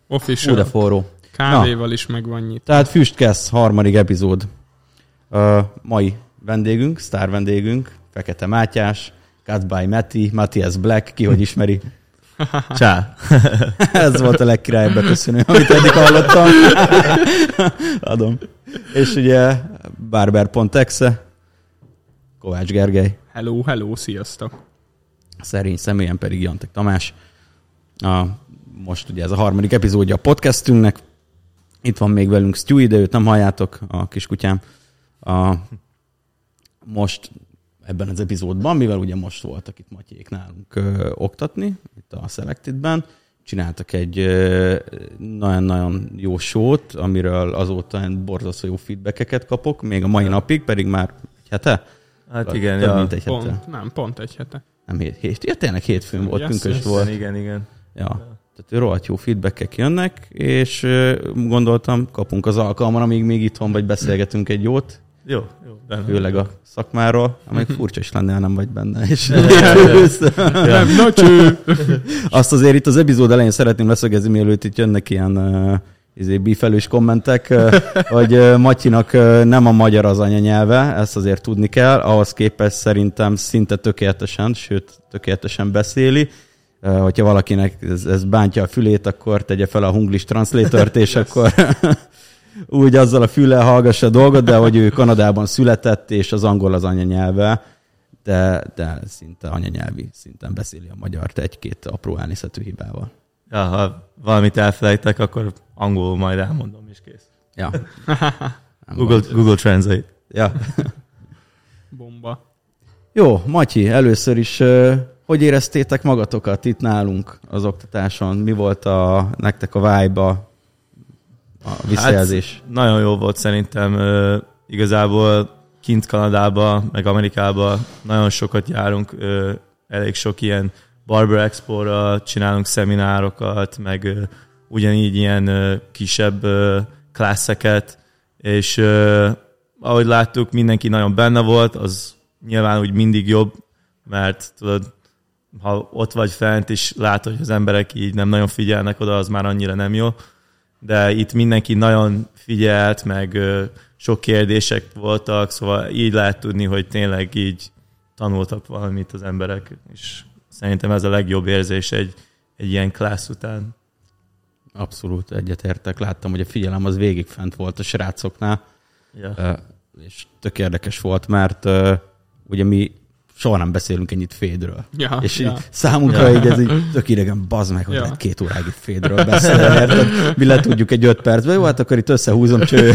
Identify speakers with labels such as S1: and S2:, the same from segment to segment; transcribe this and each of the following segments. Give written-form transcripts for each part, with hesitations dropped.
S1: Official.
S2: De forró.
S1: Kávéval is megvan nyitva.
S2: Tehát Füstkezt, 3. epizód. Mai vendégünk, sztár vendégünk, Fekete Mátyás, Cut by Matty, Matthias Black, ki hogy ismeri.
S3: Csá!
S2: Ez volt a legkirályabb beköszönő, amit eddig hallottam. Adom. És ugye Barber.exe, Kovács Gergely.
S1: Hello, sziasztok.
S2: Szerény személyen pedig Jantek Tamás. Most ugye ez a 3. epizódja a podcastünknek. Itt van még velünk Stewie, de őt nem halljátok, a kiskutyám. Most ebben az epizódban, mivel ugye most voltak itt Matyék nálunk oktatni, itt a Selected-ben, csináltak egy nagyon-nagyon jó show-t, amiről azóta borzasztó jó feedbackeket kapok, még a mai napig, pedig már egy hete?
S3: Hát igen,
S2: több mint egy hete.
S1: Pont egy hete.
S2: Nem hét. Ja, tényleg hétfőn volt, pünkösd volt.
S3: Igen.
S2: Ja. Tehát rohadt jó feedbackek jönnek, és gondoltam, kapunk az alkalman, amíg még itthon vagy beszélgetünk egy jót.
S3: Jó.
S2: Főleg a szakmáról, amelyik furcsa is lenne, ha nem vagy benne. És azt azért itt az epizód elején szeretném leszögezni, mielőtt itt jönnek ilyen bífelős kommentek, hogy Matyinak nem a magyar az anyanyelve, ezt azért tudni kell, ahhoz képest szerintem szinte tökéletesen beszéli. Hogyha valakinek ez bántja a fülét, akkor tegye fel a Hunglish Translator-t, és akkor úgy azzal a füllel hallgassa a dolgot, de hogy ő Kanadában született, és az angol az anyanyelve, de szinte anyanyelvi szinten beszéli a magyart egy-két apró elnézhető hibával.
S3: Ja, ha valamit elfelejtek, akkor angolul majd elmondom, és kész.
S2: Ja.
S3: Google Translate.
S2: Ja.
S1: Bomba.
S2: Jó, Matyi, először is hogy éreztétek magatokat itt nálunk az oktatáson? Mi volt nektek a vibe, a visszajelzés?
S3: Hát, nagyon jó volt szerintem. Igazából kint Kanadába, meg Amerikába nagyon sokat járunk, elég sok ilyen Barber Expo-ra csinálunk szeminárokat, meg ugyanígy ilyen kisebb klasszeket, és ahogy láttuk, mindenki nagyon benne volt, az nyilván úgy mindig jobb, mert tudod, ha ott vagy fent, és látod, hogy az emberek így nem nagyon figyelnek oda, az már annyira nem jó. De itt mindenki nagyon figyelt, meg sok kérdések voltak, szóval így lehet tudni, hogy tényleg így tanultak valamit az emberek, és szerintem ez a legjobb érzés egy ilyen klassz után.
S2: Abszolút egyetértek. Láttam, hogy a figyelem az végig fent volt a srácoknál, és tök érdekes volt, mert ugye mi soha nem beszélünk ennyit fédről.
S1: Ja,
S2: és számunkra így ez így tök idegen, bazd meg, hogy lehet 2 óráig fédről beszélni. Mi le tudjuk egy 5 percben, jó, hát akkor itt összehúzom cső.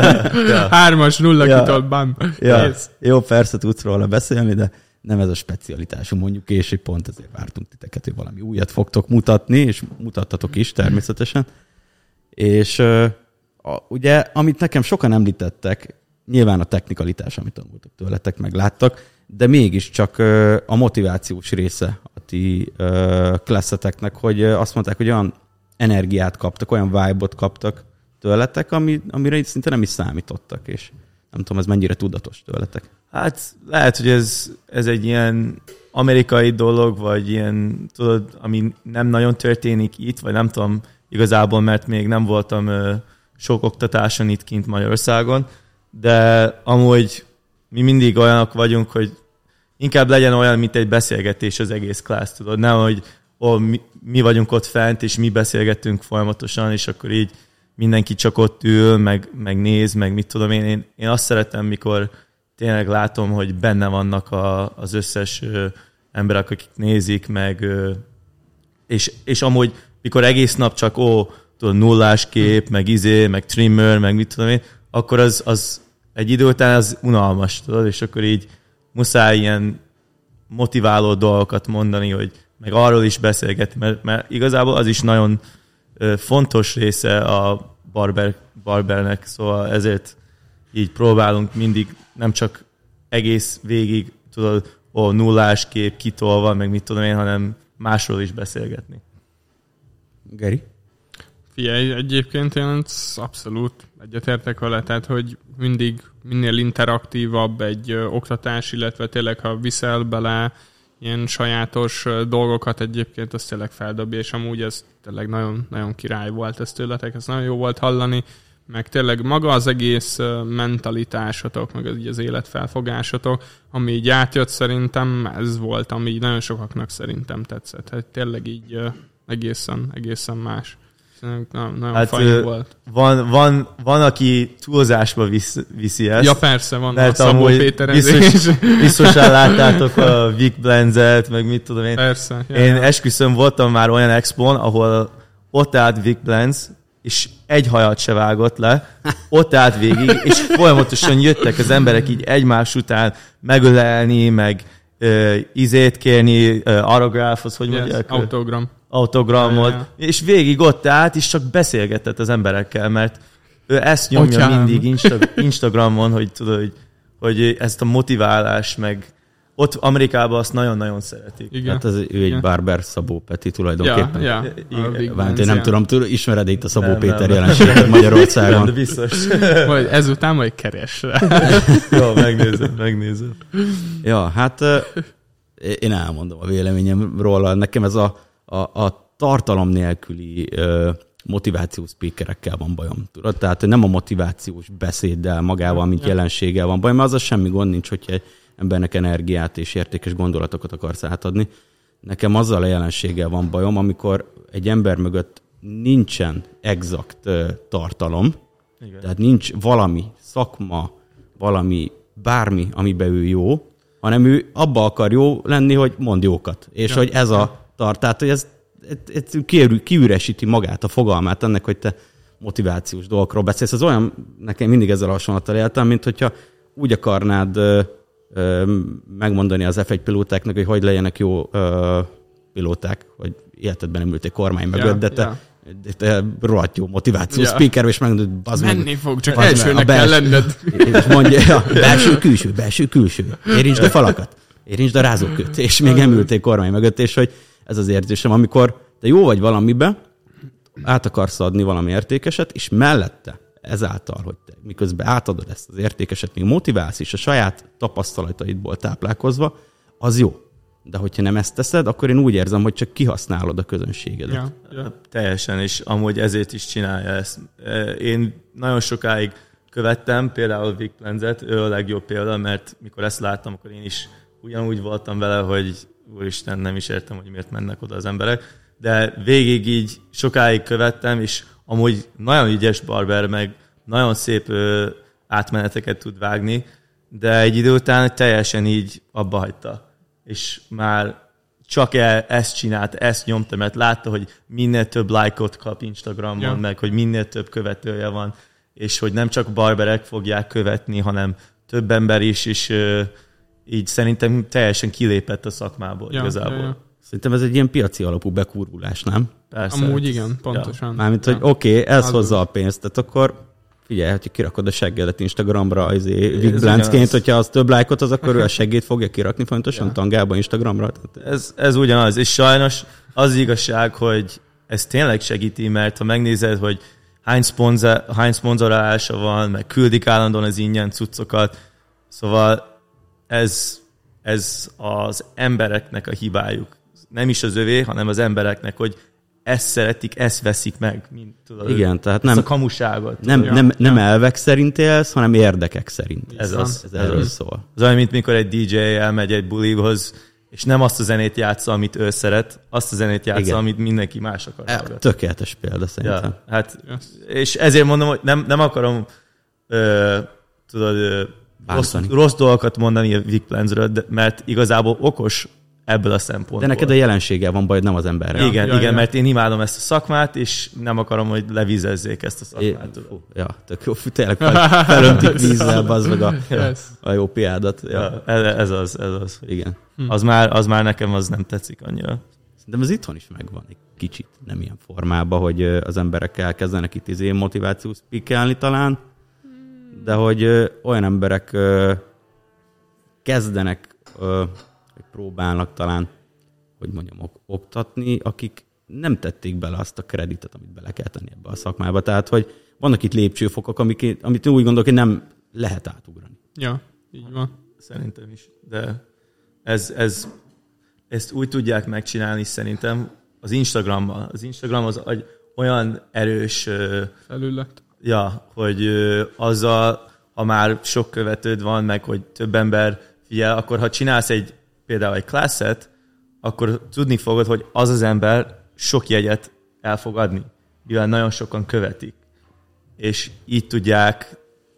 S1: 3-0 kitól, bam.
S2: Jó, persze tudsz róla beszélni, de nem ez a specialitásunk mondjuk, és hogy pont ezért vártunk titeket, hogy valami újat fogtok mutatni, és mutattatok is természetesen. És ugye, amit nekem sokan említettek, nyilván a technikalitás, amit tanultak tőletek, meg láttak, de mégiscsak a motivációs része a ti klasszeteknek, hogy azt mondták, hogy olyan energiát kaptak, olyan vibe-ot kaptak tőletek, amire itt szinte nem is számítottak, és nem tudom, ez mennyire tudatos tőletek.
S3: Hát lehet, hogy ez egy ilyen amerikai dolog, vagy ilyen, tudod, ami nem nagyon történik itt, vagy nem tudom igazából, mert még nem voltam sok oktatáson itt kint Magyarországon, de amúgy mi mindig olyanok vagyunk, hogy inkább legyen olyan, mint egy beszélgetés az egész klassz, tudod, nem, hogy mi vagyunk ott fent, és mi beszélgetünk folyamatosan, és akkor így mindenki csak ott ül, meg néz, meg mit tudom én azt szeretem, mikor tényleg látom, hogy benne vannak az összes emberek, akik nézik, meg és amúgy, mikor egész nap csak tudod, nullás kép, meg trimmer, meg mit tudom én, akkor az egy idő után az unalmas, tudod, és akkor így muszáj ilyen motiváló dolgokat mondani, hogy meg arról is beszélgetni, mert igazából az is nagyon fontos része a barbernek, szóval ezért így próbálunk mindig nem csak egész végig, tudod, nullás kép, kitolva, meg mit tudom én, hanem másról is beszélgetni.
S2: Geri?
S1: Figyelj, egyébként én abszolút egyetértek vele, tehát hogy mindig minél interaktívabb egy oktatás, illetve tényleg, ha viszel bele ilyen sajátos dolgokat egyébként, az tényleg feldobja, és amúgy ez tényleg nagyon, nagyon király volt ez tőletek, ez nagyon jó volt hallani, meg tényleg maga az egész mentalitásotok, meg az életfelfogásotok, ami így átjött szerintem, ez volt, ami így nagyon sokaknak szerintem tetszett. Hát tényleg így egészen más. Nagyon
S3: hát,
S1: fajn volt.
S3: Van, aki túlzásba viszi ezt.
S1: Ja, persze, van
S3: a
S1: Szabó Péterezés.
S3: Biztosan láttátok a Vic Blenzet, meg mit tudom én.
S1: Persze.
S3: Én esküszöm, voltam már olyan expón, ahol ott állt Vic Blenz, és egy hajat se vágott le, ott állt végig, és folyamatosan jöttek az emberek így egymás után megölelni, meg izét kérni, autográfhoz, hogy mondják? Autogramot, és végig ott állt, és csak beszélgetett az emberekkel, mert ő ezt nyomja mindig Instagramon, hogy tudod, hogy ezt a motiválást, meg ott Amerikában azt nagyon-nagyon szeretik.
S2: Igen. Hát ő egy Barber Szabó Peti tulajdonképpen. Én nem tudom, ismered itt a Szabó Péter jelenséget Magyarországon.
S3: De biztos.
S1: Majd ezután majd keres rá.
S3: Jó, megnézem.
S2: Ja, hát én elmondom a véleményem róla. Nekem ez a tartalom nélküli motivációs speakerekkel van bajom. Tudod? Tehát nem a motivációs beszéddel magával, mint jelenséggel van bajom, mert az semmi gond nincs, hogyha egy embernek energiát és értékes gondolatokat akarsz átadni. Nekem azzal a jelenséggel van bajom, amikor egy ember mögött nincsen exakt tartalom, igen. Tehát nincs valami szakma, valami bármi, amiben ő jó, hanem ő abba akar jó lenni, hogy mond jókat. És hogy ez a tehát, hogy ez kiüresíti magát, a fogalmát ennek, hogy te motivációs dolgokról beszélsz. Ez olyan, nekem mindig ezzel hasonlattal éltem, mint hogyha úgy akarnád megmondani az F1 pilótáknak, hogy legyenek jó pilóták, hogy életedben nem ültél kormány mögött, de te rohadt jó motivációs speaker, és megmondod, bazd meg.
S1: Menni fog, csak elsőnek kell lenned.
S2: És mondja, belső-külső, érintsd a falakat, érintsd a rázókőt, és még nem ültél kormány mögött, és hogy ez az érzésem, amikor te jó vagy valamibe, át akarsz adni valami értékeset, és mellette ezáltal, hogy te miközben átadod ezt az értékeset, még motiválsz is a saját tapasztalataidból táplálkozva, az jó. De hogyha nem ezt teszed, akkor én úgy érzem, hogy csak kihasználod a közönségedet.
S3: Ja. Teljesen, és amúgy ezért is csinálja ezt. Én nagyon sokáig követtem például Vic Blenzet, ő a legjobb példa, mert mikor ezt láttam, akkor én is ugyanúgy voltam vele, hogy úristen, nem is értem, hogy miért mennek oda az emberek, de végig így sokáig követtem, és amúgy nagyon ügyes barber, meg nagyon szép átmeneteket tud vágni, de egy idő után teljesen így abba hagyta. És már csak ezt csinált, ezt nyomta, mert látta, hogy minél több lájkot kap Instagramon, meg hogy minél több követője van, és hogy nem csak barberek fogják követni, hanem több ember is, és így szerintem teljesen kilépett a szakmából igazából.
S2: Szerintem ez egy ilyen piaci alapú bekurvulás, nem?
S1: Persze. Amúgy igen, pontosan.
S2: Mármint, hogy oké, ez hozza a pénzt, tehát akkor figyelj, hogyha kirakod a seggedet Instagramra, Vic Blenzként, hogyha az több lájkot az, akkor ő a seggét fogja kirakni fontosan tangába Instagramra.
S3: Ez ugyanaz, és sajnos az igazság, hogy ez tényleg segíti, mert ha megnézed, hogy hány szponzorálása van, meg küldik állandóan az ingyen cuccokat, szóval ez az embereknek a hibájuk. Nem is az övé, hanem az embereknek, hogy ezt szeretik, ezt veszik meg. Mint, tudod,
S2: igen, tehát
S3: nem a kamuságot.
S2: Nem elvek szerint élsz, hanem érdekek szerint. Ez erről szól.
S3: Az olyan, mint mikor egy DJ elmegy egy bulihoz, és nem azt a zenét játsza, amit ő szeret, azt a zenét játsza, amit mindenki más akar hallgatni.
S2: Tökéletes példa szerintem.
S3: Ja, hát, és ezért mondom, hogy nem akarom rossz dolgokat mondani a Vic Blenzről, mert igazából okos ebből a szempontból.
S2: De neked a jelenséggel van bajod, nem az emberrel.
S3: Igen, mert én imádom ezt a szakmát, és nem akarom, hogy levízezzék ezt a szakmát.
S2: Tök jó, tényleg felöntik vízzel, bazd meg a jó piádat.
S3: Ja, ez az.
S2: Igen.
S3: Az már nekem az nem tetszik annyira.
S2: De az itthon is megvan egy kicsit, nem ilyen formában, hogy az emberek elkezdenek itt motivációs speakelni talán, de hogy olyan emberek kezdenek, hogy próbálnak talán, hogy mondjam, oktatni, akik nem tették bele azt a kreditet, amit bele kell tenni ebbe a szakmába. Tehát, hogy vannak itt lépcsőfokok, amit én úgy gondolok, hogy nem lehet átugrani.
S1: Ja, így van.
S3: Szerintem is. De ez ezt úgy tudják megcsinálni szerintem az Instagrammal. Az Instagram az olyan erős
S1: felület.
S3: Hogy azzal, ha már sok követőd van, meg hogy több ember figyel, akkor ha csinálsz például egy classet, akkor tudni fogod, hogy az ember sok jegyet el fog adni, mivel nagyon sokan követik. És így tudják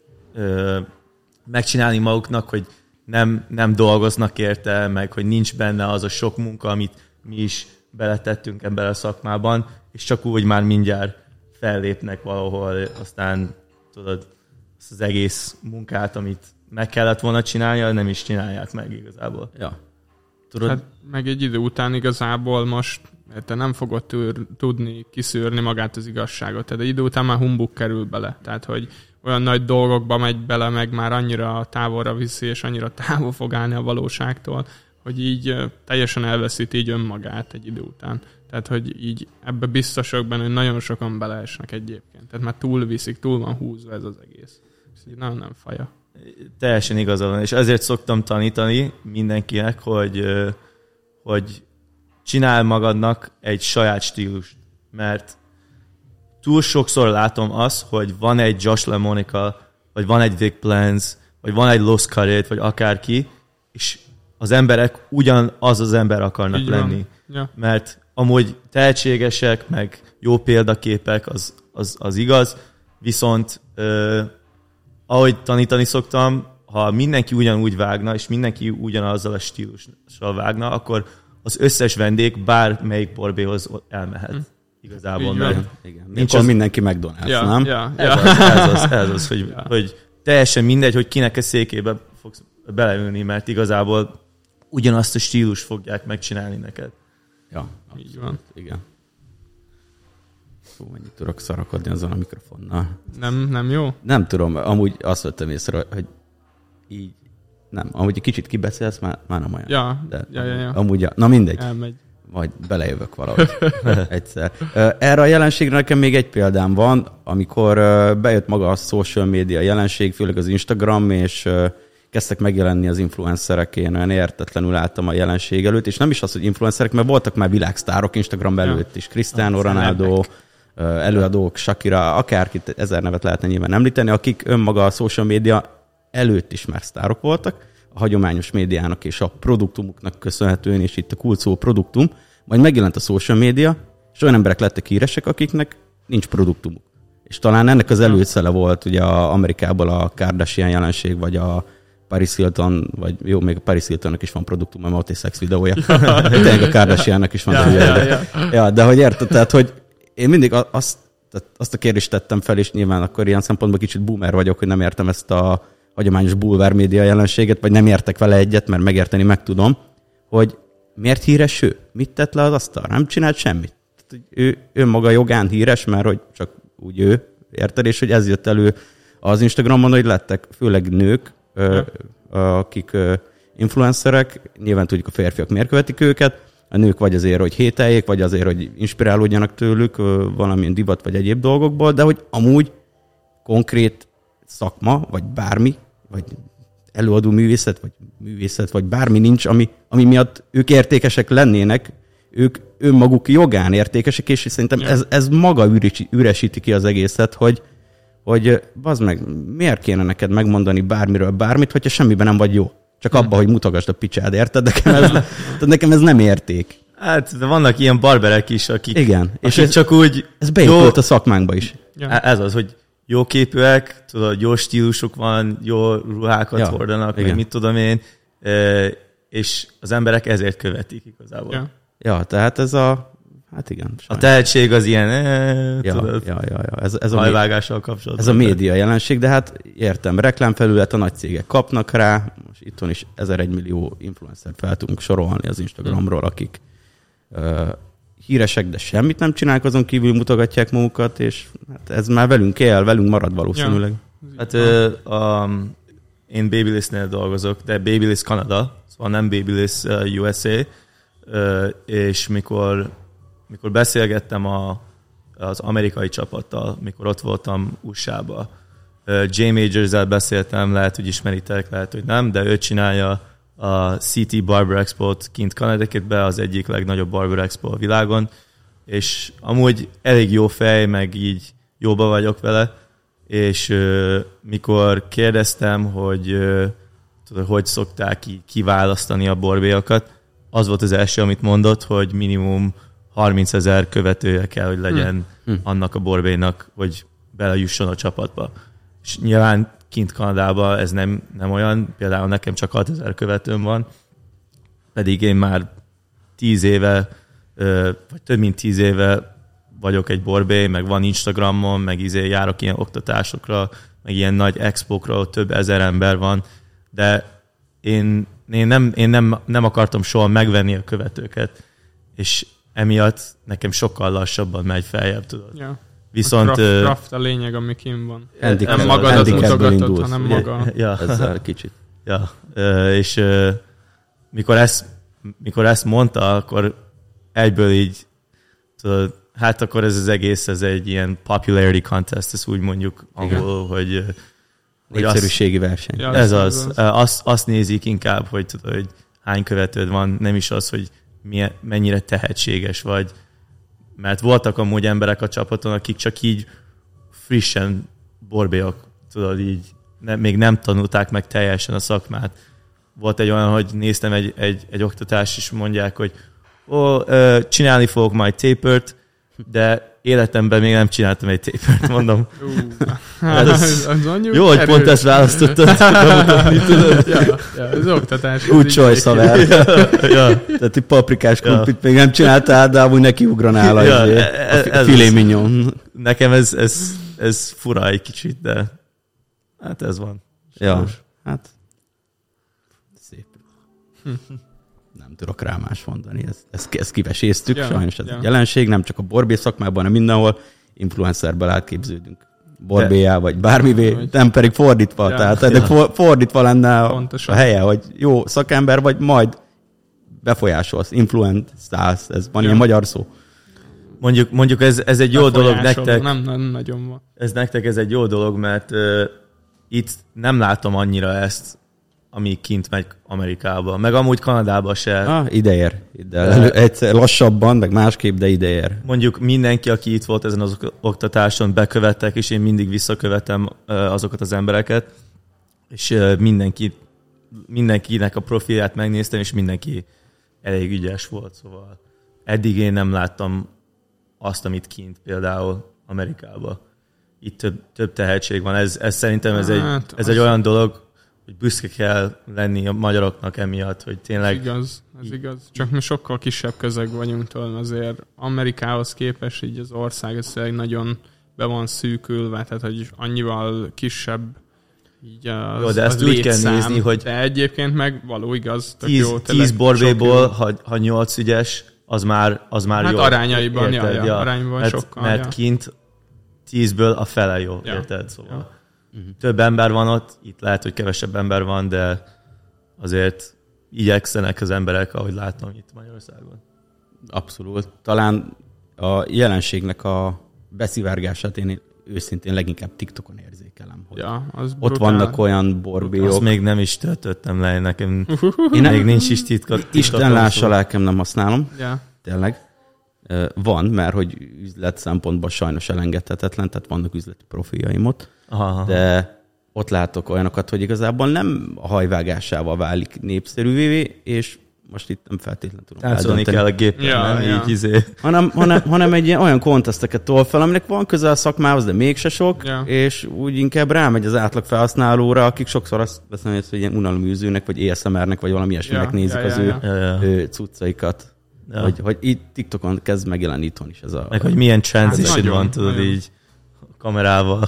S3: megcsinálni maguknak, hogy nem dolgoznak érte, meg hogy nincs benne az a sok munka, amit mi is beletettünk ebben a szakmában, és csak úgy már mindjárt fellépnek valahol, aztán tudod, azt az egész munkát, amit meg kellett volna csinálnia, nem is csinálják meg igazából.
S2: Ja. Tudod?
S1: Hát meg egy idő után igazából most te nem fogod tudni kiszűrni magát az igazságot, tehát egy idő után már humbug kerül bele, tehát hogy olyan nagy dolgokba megy bele, meg már annyira távolra viszi, és annyira távol fog állni a valóságtól, hogy így teljesen elveszíti így önmagát egy idő után. Tehát, hogy így ebbe biztosak benne, hogy nagyon sokan beleesnek egyébként. Tehát már túlviszik, túl van húzva ez az egész. Ez így nagyon nem faja.
S3: Teljesen igazad van, és ezért szoktam tanítani mindenkinek, hogy csinálj magadnak egy saját stílust, mert túl sokszor látom azt, hogy van egy Josh LaMonica, vagy van egy Vic Plans, vagy van egy Los Carrét, vagy akárki, és az emberek ugyanaz az ember akarnak lenni.
S1: Ja.
S3: Mert amúgy tehetségesek, meg jó példaképek, az igaz, viszont ahogy tanítani szoktam, ha mindenki ugyanúgy vágna, és mindenki ugyanazzal a stílussal vágna, akkor az összes vendég bármelyik borbéhoz elmehet. Igazából.
S2: Igen. Nincs az mindenki McDonald's, nem?
S1: Ja.
S3: Ez az, hogy teljesen mindegy, hogy kinek a székébe fogsz beleülni, mert igazából ugyanazt a stílus fogják megcsinálni neked.
S2: Ja,
S1: így van.
S2: Igen. Fú, mennyit tudok szarakodni azon a mikrofonnal.
S1: Nem jó?
S2: Nem tudom, amúgy azt vettem észre, hogy így nem. Amúgy egy kicsit kibeszélsz, már nem olyan.
S1: Ja.
S2: Amúgy, na mindegy.
S1: Elmegy.
S2: Majd belejövök valahogy egyszer. Erre a jelenségre nekem még egy példám van, amikor bejött maga a social media jelenség, főleg az Instagram, és kezdtek megjelenni az influencerek, én olyan értetlenül álltam a jelenség előtt, és nem is az, hogy influencerek, mert voltak már világsztárok Instagram előtt is, Cristiano Ronaldo, előadók, Shakira, akárkit, 1000 nevet lehetne nyilván említeni, akik önmaga a social media előtt is már sztárok voltak, a hagyományos médiának és a produktumuknak köszönhetően, és itt a kult szó produktum, majd megjelent a social media, és olyan emberek lettek híresek, akiknek nincs produktumuk. És talán ennek az előszele volt ugye Amerikából a Kardashian jelenség, vagy a Paris Hilton, vagy jó, még a Paris Hiltonnak is van produktuma, mert ott egy szex videója. Tényleg a Kardashiannak is van. Ja, de hogy érted, tehát, hogy én mindig azt a kérdést tettem fel, és nyilván akkor ilyen szempontból kicsit boomer vagyok, hogy nem értem ezt a hagyományos bulvár média jelenséget, vagy nem értek vele egyet, mert megérteni meg tudom, hogy miért híres ő? Mit tett le az asztalra? Nem csinált semmit. Ő maga jogán híres, mert hogy csak úgy ő, érted? És hogy ez jött elő az Instagramon, hogy lettek főleg nők, akik influencerek, nyilván tudjuk a férfiak miért követik őket, a nők vagy azért, hogy hételjék, vagy azért, hogy inspirálódjanak tőlük valamilyen divat vagy egyéb dolgokból, de hogy amúgy konkrét szakma, vagy bármi, vagy előadó művészet, vagy bármi nincs, ami miatt ők értékesek lennének, ők önmaguk jogán értékesek, és szerintem ez maga üresíti ki az egészet, hogy bazd meg, miért kéne neked megmondani bármiről bármit, hogyha semmiben nem vagy jó. Csak abba, hogy mutogasd a picsád, érted? Nekem ez nem érték.
S3: Hát, de vannak ilyen barberek is, akik...
S2: Igen.
S3: És ez csak úgy...
S2: Ez beépült a szakmánkba is.
S3: Ja. Ez az, hogy jó képűek, tudod, jó stílusuk van, jó ruhákat hordanak, meg mit tudom én, és az emberek ezért követik igazából.
S2: Ja, tehát ez a... Hát igen. Sajnos.
S3: A tehetség az ilyen, tudod,
S2: ez
S3: hajvágással kapcsolatban.
S2: Ez a média jelenség, de hát értem, reklámfelület, a nagy cégek kapnak rá, most itthon is 1001 millió influencer fel tudunk sorolni az Instagramról, akik híresek, de semmit nem csinálnak, azon kívül mutogatják magukat, és hát ez már velünk él, velünk marad valószínűleg.
S3: Ja. Hát én Babyliss-nél dolgozok, de Babyliss Kanada, szóval nem Babyliss USA, és mikor beszélgettem az amerikai csapattal, mikor ott voltam USA-ba, J. Majors-el beszéltem, lehet, hogy ismeritek, lehet, hogy nem, de ő csinálja a City Barber Expo-t kint Connecticutbe, az egyik legnagyobb Barber Expo a világon, és amúgy elég jó fej, meg így jóba vagyok vele, és mikor kérdeztem, hogy hogy szokták kiválasztani a borbélyоkat, az volt az első, amit mondott, hogy minimum 30 000 követője kell, hogy legyen annak a borbélynak, hogy belejusson a csapatba. És nyilván kint Kanadában ez nem olyan, például nekem csak 6 000 követőm van, pedig én már 10 éve, vagy több mint 10 éve vagyok egy borbély, meg van Instagramon, meg járok ilyen oktatásokra, meg ilyen nagy expókra, ott több ezer ember van, de én nem akartam soha megvenni a követőket, és emiatt nekem sokkal lassabban megy feljebb, tudod.
S1: Ja.
S3: Viszont...
S1: A craft a lényeg, ami kim van.
S2: Nem
S1: magadat mutogatod, hanem maga.
S2: Ja. Ezzel kicsit.
S3: Ja. És mikor ezt mondta, akkor egyből így, tudod, hát akkor ez az egész, ez egy ilyen popularity contest, ezt úgy mondjuk angolul, hogy
S2: népszerűségi verseny.
S1: Ja,
S3: ez az. Azt nézik inkább, hogy tudod, hogy hány követőd van, nem is az, hogy mennyire tehetséges vagy. Mert voltak amúgy emberek a csapaton, akik csak így frissen borbélyok, tudod, így még nem tanulták meg teljesen a szakmát. Volt egy olyan, hogy néztem egy oktatást, és mondják, hogy csinálni fogok majd tapert, de életemben még nem csináltam egy tapert, mondom. Jó, hogy pont ezt választottad.
S1: Ez oktatás.
S2: Good choice, haver. Tehát egy paprikás krumplit még nem csináltál, de amúgy nekiugranál a filé mignon.
S3: Nekem ez fura egy kicsit, de hát ez van.
S2: Ja, hát szép. Nem tudok rá más mondani. Ezt kiveséztük, sajnos ez egy jelenség, nem csak a borbély szakmában, hanem mindenhol influencerből átképződünk. Borbélyá, vagy bármivé, nem pedig fordítva. Tehát ennek fordítva lenne a helye, hogy jó szakember vagy, majd befolyásolsz, influencálsz, ez van ilyen magyar szó.
S3: Mondjuk ez egy jó dolog nektek.
S1: Nem nagyon van.
S3: Ez egy jó dolog, mert itt nem látom annyira ezt, ami kint megy Amerikába, meg amúgy Kanadába se.
S2: Ideér. Egyszer lassabban, meg másképp, de ideér.
S3: Mondjuk mindenki, aki itt volt ezen az oktatáson, bekövettek, és én mindig visszakövetem azokat az embereket, és mindenkinek a profilját megnéztem, és mindenki elég ügyes volt, szóval eddig én nem láttam azt, amit kint például Amerikába. Itt több tehetség van. Ez szerintem ez egy olyan dolog, hogy büszke kell lenni a magyaroknak emiatt, hogy tényleg...
S1: Ez igaz. Csak mi sokkal kisebb közeg vagyunk tőle, azért Amerikához képest így az ország ez nagyon be van szűkülve, tehát hogy annyival kisebb így az,
S3: jó, de ezt úgy kell nézni, hogy...
S1: De egyébként meg való igaz.
S3: 10 borbélyból, ha 8 ügyes, az már
S1: hát
S3: jó.
S1: Arányaiban, arányban sokkal.
S3: Mert kint 10-ből a fele jó, érted? Szóval több ember van ott, itt lehet, hogy kevesebb ember van, de azért igyekszenek az emberek, ahogy látom itt Magyarországon.
S2: Abszolút. Talán a jelenségnek a beszivárgását én őszintén leginkább TikTokon érzékelem.
S1: Az
S2: ott vannak olyan borbélyok.
S3: Azt még nem is töltöttem le, nekem még nincs is titkot.
S2: Isten lássa, lelkem nem használom.
S1: Ja.
S2: Tényleg. Van, mert hogy üzlet szempontból sajnos elengedhetetlen, tehát vannak üzleti profiljaim ott, de ott látok olyanokat, hogy igazából nem a hajvágásával válik népszerűvé, és most itt nem feltétlenül tudom
S3: táncolni kell a gépen, így
S2: hanem egy ilyen olyan konteszteket tol fel, aminek van közel a szakmához, de mégse sok, és úgy inkább rámegy az átlag felhasználóra, akik sokszor azt veszem, hogy ilyen unaloműzőnek, vagy ASMR-nek, vagy valami ilyesminek nézik az ő cuccaikat. Hogy itt TikTokon kezd megjelenni itthon is ez a...
S3: Meg hogy milyen transition van, tudod, így kamerával.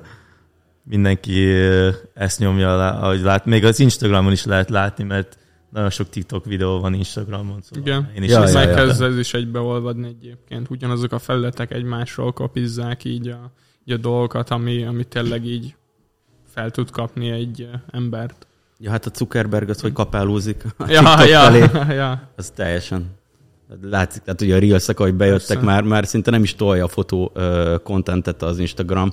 S3: Mindenki ezt nyomja, ahogy lát. Még az Instagramon is lehet látni, mert nagyon sok TikTok videó van Instagramon. Szóval
S1: igen,
S3: én is
S1: megkezd ez is egybeolvadni egyébként. Ugyanazok a felületek egymásról kopizzák így a dolgokat, ami tényleg így fel tud kapni egy embert.
S2: Ja, hát a Zuckerberg az, hogy kapálózik a TikTok felé. Az teljesen... Látszik, tehát ugye a Reelsek, ahogy bejöttek, már szinte nem is tolja a fotó contentet az Instagram,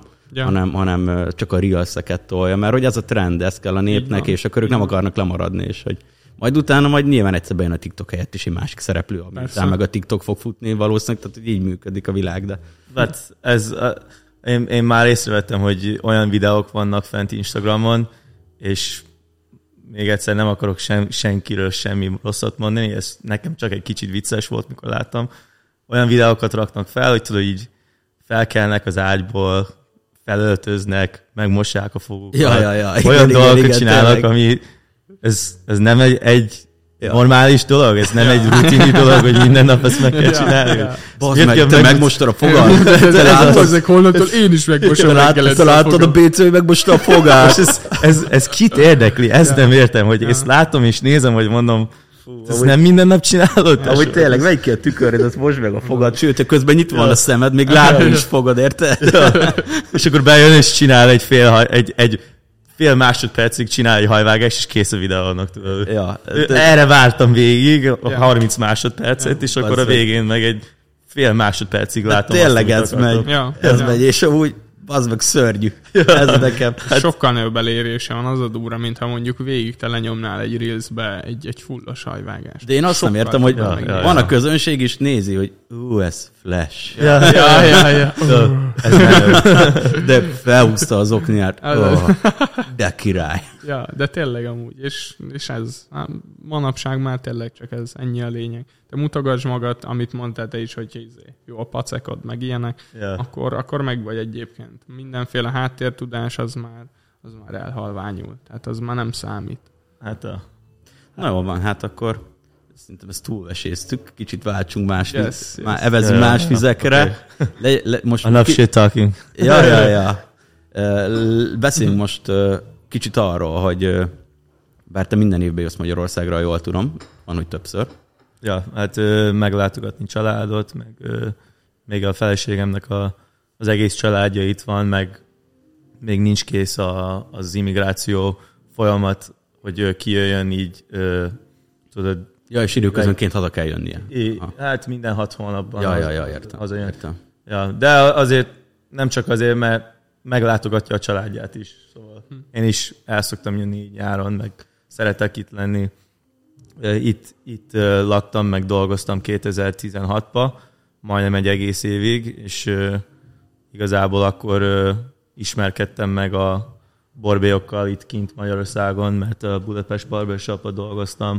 S2: hanem csak a Reelseket tolja, mert hogy ez a trend, ez kell a népnek, és akkor ők nem akarnak lemaradni, és hogy Majd utána majd nyilván egyszer bejön a TikTok helyett is egy másik szereplő, ami után meg a TikTok fog futni valószínűleg, tehát hogy így működik a világ, de...
S3: Hát én már észrevettem, hogy olyan videók vannak fent Instagramon, és még egyszer nem akarok senkiről semmi rosszat mondani, ez nekem csak egy kicsit vicces volt, mikor láttam. Olyan videókat raknak fel, hogy tudod, így felkelnek az ágyból, felöltöznek, megmossák a fogukat.
S2: Ja.
S3: Olyan dolgokat csinálnak, ami ez nem egy normális dolog, ez nem egy rutini dolog, hogy minden nap ezt meg kell csinálni.
S2: Bazd meg, te megmostad a fogad.
S1: Ezek holnaptól én is megmosom reggelet.
S2: Te láttad a BC, hogy megmosta a fogát.
S3: Ez kit érdekli? Ezt nem értem, hogy ezt látom és nézem, hogy mondom, ezt nem minden nap csinálod?
S2: Ahogy tényleg, megy ki a tükörred, azt most meg a fogad, sőt, közben nyitva van a szemed, még látni is fogod, érted?
S3: És akkor bejön és csinál egy fél másodpercig csinál egy hajvágást, és kész a videónak. Erre vártam végig, a 30 másodpercet, és akkor a végén meg egy fél másodpercig látom.
S2: Tényleg ez megy. Ez megy, és amúgy az meg szörnyű. Ez nekem.
S1: Sokkal nagyobb elérése van, az a durva, mintha mondjuk végig te lenyomnál egy Reelsbe egy fullos hajvágást.
S2: De én azt nem értem, hogy van a közönség is nézi, hogy ez Flash.
S1: Ja.
S2: De felhúzta az okniát. De király.
S1: Ja, de tényleg amúgy. És ez manapság már tényleg csak ez, ennyi a lényeg. Te mutogass magad, amit mondtál te is, hogy jó a pacekod, meg ilyenek, akkor meg vagy egyébként. Mindenféle háttértudás az már elhalványul. Tehát az már nem számít.
S2: Na jól van, hát akkor szerintem ezt túlveséztük. Kicsit váltsunk evezünk más vizekre.
S3: Most enough shit talking.
S2: Ja. Beszéljünk most kicsit arról, hogy bár te minden évben jössz Magyarországra, jól tudom, van, hogy többször.
S3: Ja, hát meglátogatni családot, meg még a feleségemnek az egész családja itt van, meg még nincs kész az immigráció folyamat, hogy kijöjjön így, tudod.
S2: Ja, és időközönként haza kell jönnie.
S3: Hát minden 6 hónapban.
S2: Ja, értem.
S3: Ja, de azért nem csak azért, mert meglátogatja a családját is. Szóval én is el szoktam jönni így nyáron, meg szeretek itt lenni. Itt laktam, meg dolgoztam 2016-ba, majdnem egy egész évig, és igazából akkor ismerkedtem meg a borbélyokkal itt kint Magyarországon, mert a Budapest Barbershopban dolgoztam,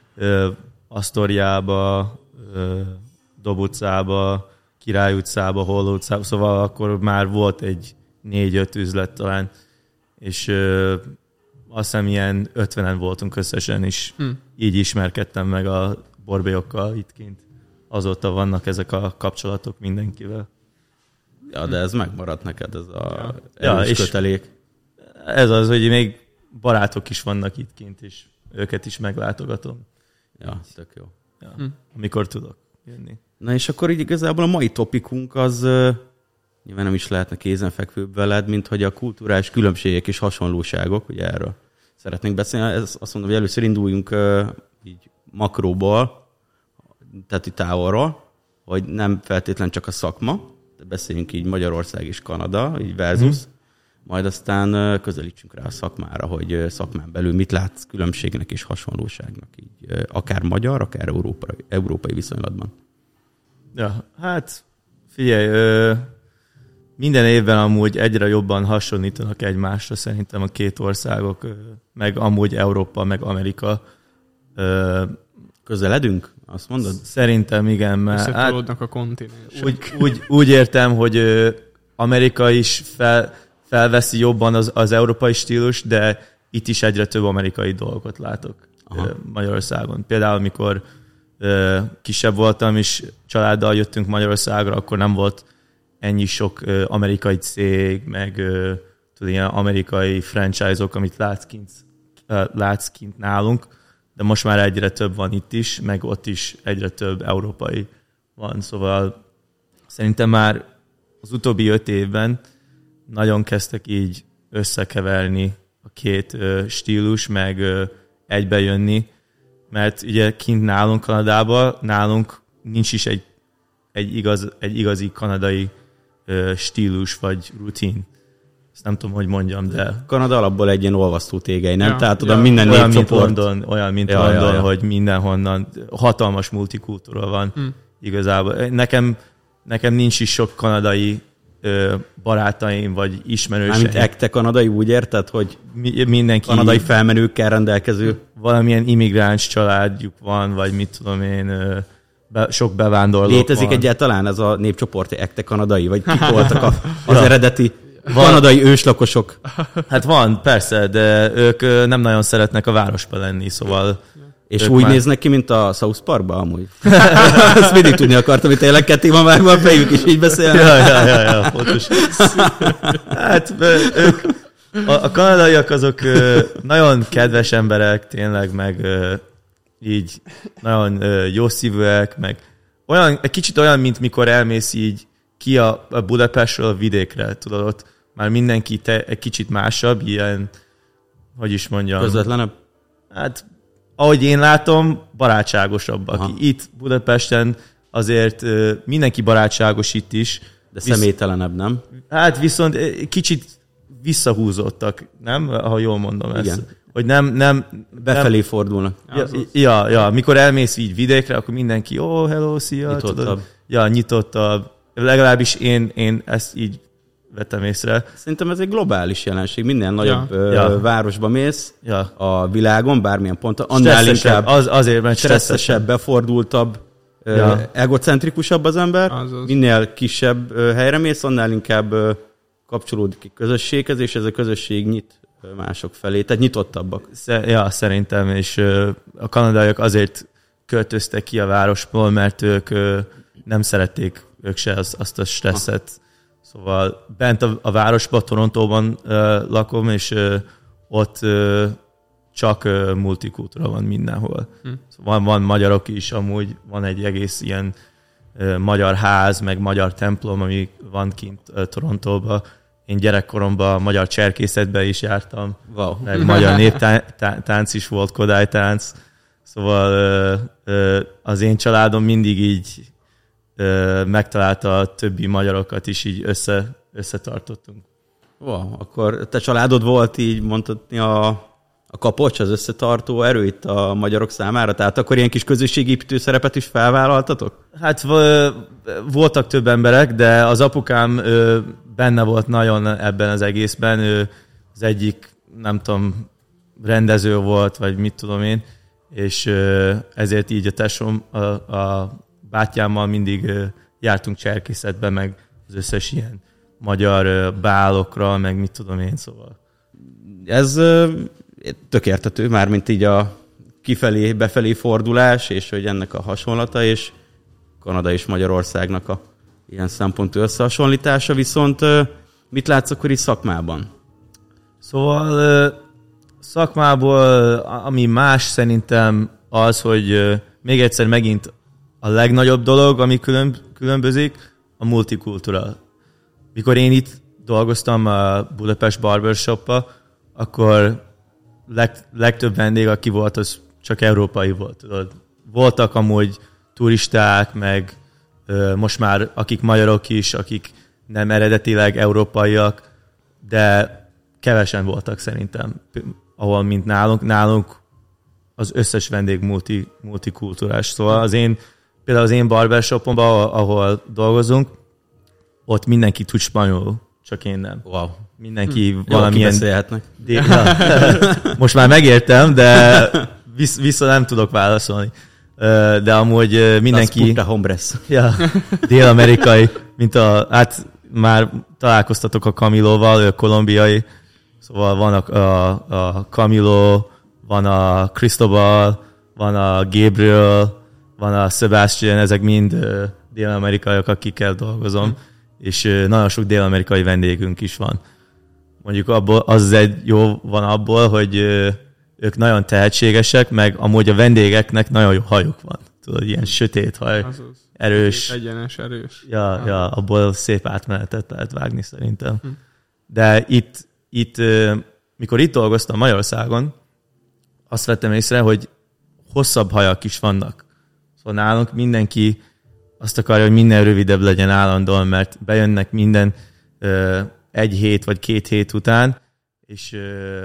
S3: Asztoriába, Dob utcába, Király utcába, Holló utcába, szóval akkor már volt egy 4-5 üzlet talán, és azt hiszem ilyen 50-en voltunk összesen, és így ismerkedtem meg a borbélyokkal itt kint. Azóta vannak ezek a kapcsolatok mindenkivel.
S2: Ja, de ez megmaradt neked, ez a erős kötelék.
S3: Ez az, hogy még barátok is vannak itt kint, és őket is meglátogatom.
S2: Ja, tök jó.
S3: Ja, amikor tudok jönni.
S2: Na és akkor így igazából a mai topikunk az nyilván nem is lehetne kézenfekvőbb veled, mint hogy a kulturális különbségek és hasonlóságok, ugye erről szeretnénk beszélni. Azt mondom, hogy először induljunk így makróból, tehát itt távolról, hogy nem feltétlen csak a szakma, de beszéljünk így Magyarország és Kanada, így versus, majd aztán közelítsünk rá a szakmára, hogy szakmán belül mit látsz különbségnek és hasonlóságnak, így akár magyar, akár európai viszonylatban.
S3: Ja, hát figyelj, minden évben amúgy egyre jobban hasonlítanak egymásra szerintem a két országok, meg amúgy Európa, meg Amerika.
S2: Közeledünk? Azt mondod?
S3: Szerintem igen, mert
S1: összetolódnak a kontinensek.
S3: Úgy értem, hogy Amerika is felveszi jobban az európai stílus, de itt is egyre több amerikai dolgokat látok Magyarországon. Például, amikor kisebb voltam, és családdal jöttünk Magyarországra, akkor nem volt ennyi sok amerikai cég, meg ilyen amerikai franchise-ok, amit látsz kint nálunk, de most már egyre több van itt is, meg ott is egyre több európai van. Szóval szerintem már az utóbbi 5 évben nagyon kezdtek így összekeverni a két stílus, meg egybejönni, mert ugye kint nálunk Kanadában, nálunk nincs is egy igazi kanadai stílus vagy rutin. ezt nem tudom, hogy mondjam, de...
S2: Kanada alapból egy ilyen olvasztó tégely, nem?
S1: Ja,
S2: Tehát oda
S1: ja.
S2: minden
S3: olyan, mint
S2: népcsoport.
S3: London, hogy mindenhonnan hatalmas multikultúra van igazából. Nekem nincs is sok kanadai barátaim, vagy ismerőseim.
S2: Mármint ekte kanadai, úgy érted, hogy
S3: mindenki
S2: kanadai felmenőkkel rendelkező.
S3: valamilyen immigráns családjuk van, vagy mit tudom én, sok bevándorló.
S2: Létezik
S3: van.
S2: egyáltalán ez a népcsoport ekte kanadai, vagy kik voltak az eredeti kanadai őslakosok?
S3: Hát van, persze, de ők nem nagyon szeretnek a városba lenni, szóval...
S2: És úgy néznek ki, mint a South Parkban amúgy. Ezt mindig tudni akartam, hogy tényleg ketté van vágva a fejük, és így beszélnek.
S3: Ja, pontos. Hát ők, a kanadaiak azok nagyon kedves emberek, tényleg, meg így nagyon jó szívűek, meg egy kicsit olyan, mint mikor elmész így ki a Budapestről a vidékre, tudod, ott már mindenki egy kicsit másabb, ilyen, hogy is mondjam.
S2: Közvetlenebb?
S3: Hát, ahogy én látom, barátságosabbak. Aha. Itt Budapesten azért mindenki barátságos itt is.
S2: De személytelenebb, nem?
S3: Hát viszont kicsit visszahúzottak, nem? Ha jól mondom ezt.
S2: Igen.
S3: Hogy nem
S2: befelé fordulnak.
S3: Ja, mikor elmész így vidékre, akkor mindenki, hello, szia.
S2: Nyitottabb.
S3: Tudod? Ja, nyitottabb. Legalábbis én ezt így vettem észre.
S2: Szerintem ez egy globális jelenség. Minden nagyobb városba mész a világon, bármilyen ponton, annál inkább
S3: azért, mert
S2: stresszesebb, befordultabb, egocentrikusabb az ember. Azaz. Minél kisebb helyre mész, annál inkább kapcsolódik a közösséghez, és ez a közösség nyit mások felé. Tehát nyitottabbak.
S3: Szerintem, és a kanadaiak azért költöztek ki a városból, mert ők nem szerették ők se azt a stresszet. Szóval bent a városban, Torontóban lakom, és ott csak multikultúra van mindenhol. Szóval van magyarok is, amúgy van egy egész ilyen magyar ház, meg magyar templom, ami van kint Torontóban. Én gyerekkoromban magyar cserkészetbe is jártam, meg magyar néptánc is volt, kodálytánc. Szóval az én családom mindig így megtalálta a többi magyarokat is, így összetartottunk.
S2: Akkor te családod volt így mondhatni a kapocs, az összetartó erő itt a magyarok számára? Tehát akkor ilyen kis közösségépítő szerepet is felvállaltatok?
S3: Hát voltak több emberek, de az apukám benne volt nagyon ebben az egészben. Ő az egyik, nem tudom, rendező volt, vagy mit tudom én, és ezért így a tesóm, a bátyámmal mindig jártunk cserkészetbe, meg az összes ilyen magyar bálokra, meg mit tudom én, szóval.
S2: Ez tök értető, mármint így a kifelé, befelé fordulás, és hogy ennek a hasonlata, és Kanada és Magyarországnak a ilyen szempontú összehasonlítása, viszont mit látsz akkor így szakmában?
S3: Szóval szakmából, ami más szerintem az, hogy még egyszer megint a legnagyobb dolog, ami különbözik, a multikultúra. Mikor én itt dolgoztam a Budapest Barbershopba, akkor legtöbb vendég, aki volt, az csak európai volt. Tudod. Voltak amúgy turisták, meg most már akik magyarok is, akik nem eredetileg európaiak, de kevesen voltak szerintem, ahol mint nálunk az összes vendég multikultúrás. Szóval például az én barbershopomban, ahol dolgozunk, ott mindenki tud spanyolul, csak én nem.
S2: Wow.
S3: Mindenki valamilyen...
S2: beszélhetnek.
S3: Most már megértem, de vissza nem tudok válaszolni. De amúgy mindenki... dél-amerikai, hát már találkoztatok a Camilóval, ő kolumbiai, szóval van a Camilo, van a Cristobal, van a Gabriel, van a Sebastian, ezek mind dél-amerikaiak, akikkel dolgozom, és nagyon sok dél-amerikai vendégünk is van. Mondjuk az egy jó van abból, hogy ők nagyon tehetségesek, meg amúgy a vendégeknek nagyon jó hajuk van. Tudod, ilyen sötét haj, erős.
S1: Egyenes, erős.
S3: Ja, abból szép átmenetet lehet vágni szerintem. De itt mikor itt dolgoztam Magyarországon, azt vettem észre, hogy hosszabb hajak is vannak. Szóval nálunk mindenki azt akarja, hogy minél rövidebb legyen állandóan, mert bejönnek minden 1 hét vagy 2 hét után, és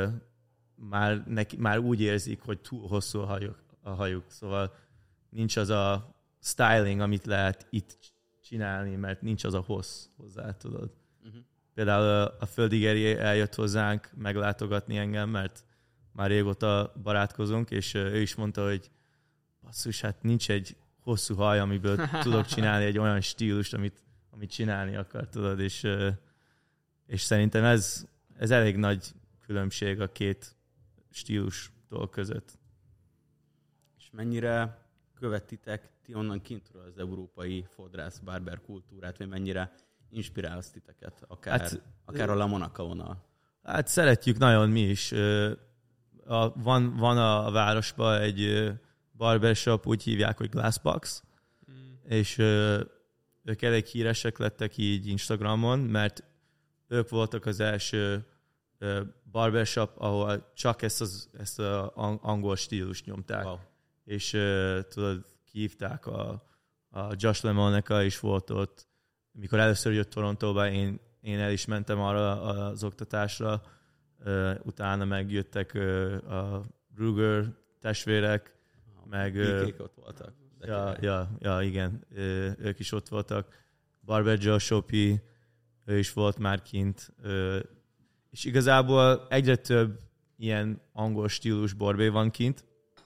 S3: már úgy érzik, hogy túl hosszú a hajuk. Szóval nincs az a styling, amit lehet itt csinálni, mert nincs az a hossz hozzá, tudod. Uh-huh. Például a földigeri eljött hozzánk meglátogatni engem, mert már régóta barátkozunk, és ő is mondta, hogy basszus, hát nincs egy hosszú haj, amiből tudok csinálni egy olyan stílust, amit csinálni akar, tudod, és szerintem ez elég nagy különbség a két stílustól között.
S2: És mennyire követitek ti onnan kintről az európai fodrász barber kultúrát, vagy mennyire inspirál azt titeket, akár a La Monaco-nál?
S3: Hát szeretjük nagyon mi is. Van a városban egy barbershop, úgy hívják, hogy Glassbox, és ők elég híresek lettek így Instagramon, mert ők voltak az első barbershop, ahol csak ezt az angol stílust nyomták. Wow. És tudod, kihívták a Josh Lemoneka is volt ott. Mikor először jött Torontóba, én el is mentem arra az oktatásra, utána megjöttek a Ruger testvérek, meg...
S2: ott voltak.
S3: Ja, igen, ők is ott voltak. Barber Joe Shopi, ő is volt már kint. És igazából egyre több ilyen angol stílus borbé van kint,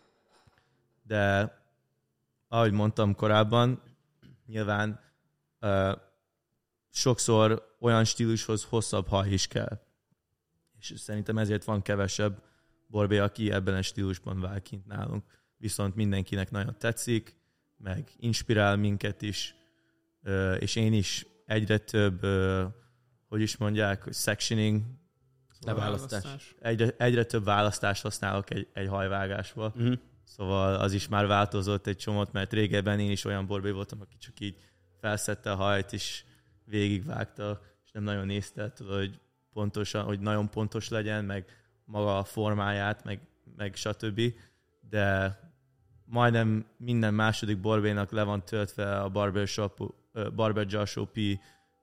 S3: de ahogy mondtam korábban, nyilván sokszor olyan stílushoz hosszabb haj is kell. És szerintem ezért van kevesebb borbé, aki ebben a stílusban vág kint nálunk. Viszont mindenkinek nagyon tetszik, meg inspirál minket is, és én is egyre több, hogy is mondják, sectioning,
S2: leválasztás.
S3: Egyre több választást használok egy hajvágásba. Uh-huh. Szóval az is már változott egy csomót, mert régebben én is olyan borbé voltam, aki csak így felszedte a hajt, és végigvágta, és nem nagyon nézte, tudod, hogy pontosan, hogy nagyon pontos legyen, meg maga a formáját, meg stb. De majdnem minden második borbénak le van töltve a Barber Joe Shopi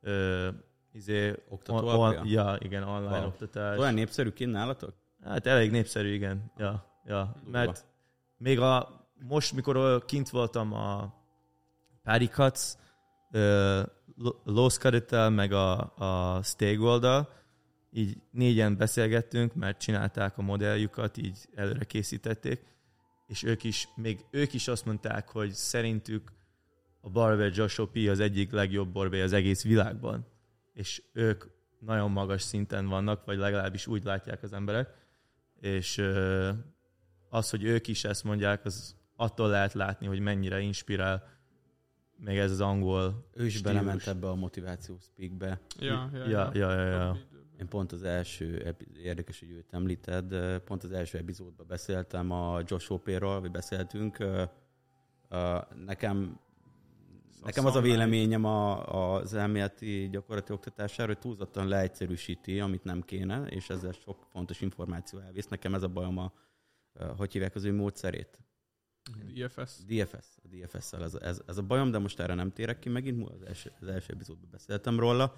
S2: oktató
S3: ja, igen, online wow. oktatás.
S2: Olyan népszerű kint nálatok?
S3: Hát elég népszerű, igen. Ja. Mert még most, mikor kint voltam a Párikatz, Los Cadetel, meg a Stegoldal, így 4-en beszélgettünk, mert csinálták a modelljükat, így előre készítették, és ők is azt mondták, hogy szerintük a Barber Joe Shopi az egyik legjobb borbé az egész világban. És ők nagyon magas szinten vannak, vagy legalábbis úgy látják az emberek, és az, hogy ők is ezt mondják, az attól lehet látni, hogy mennyire inspirál még ez az angol
S2: Ő is belement ebbe a motiváció speakbe.
S3: Ja.
S2: Én pont az első, érdekes, hogy őt említed, pont az első epizódban beszéltem a Josh Hopéről, vagy beszéltünk. Nekem az a véleményem az elméleti gyakorlati oktatására, hogy túlzottan leegyszerűsíti, amit nem kéne, és ezzel sok fontos információ elvész. Nekem ez a bajom hogy hívják az ő módszerét? DFS-szel ez a bajom, de most erre nem térek ki megint, az első epizódban beszéltem róla.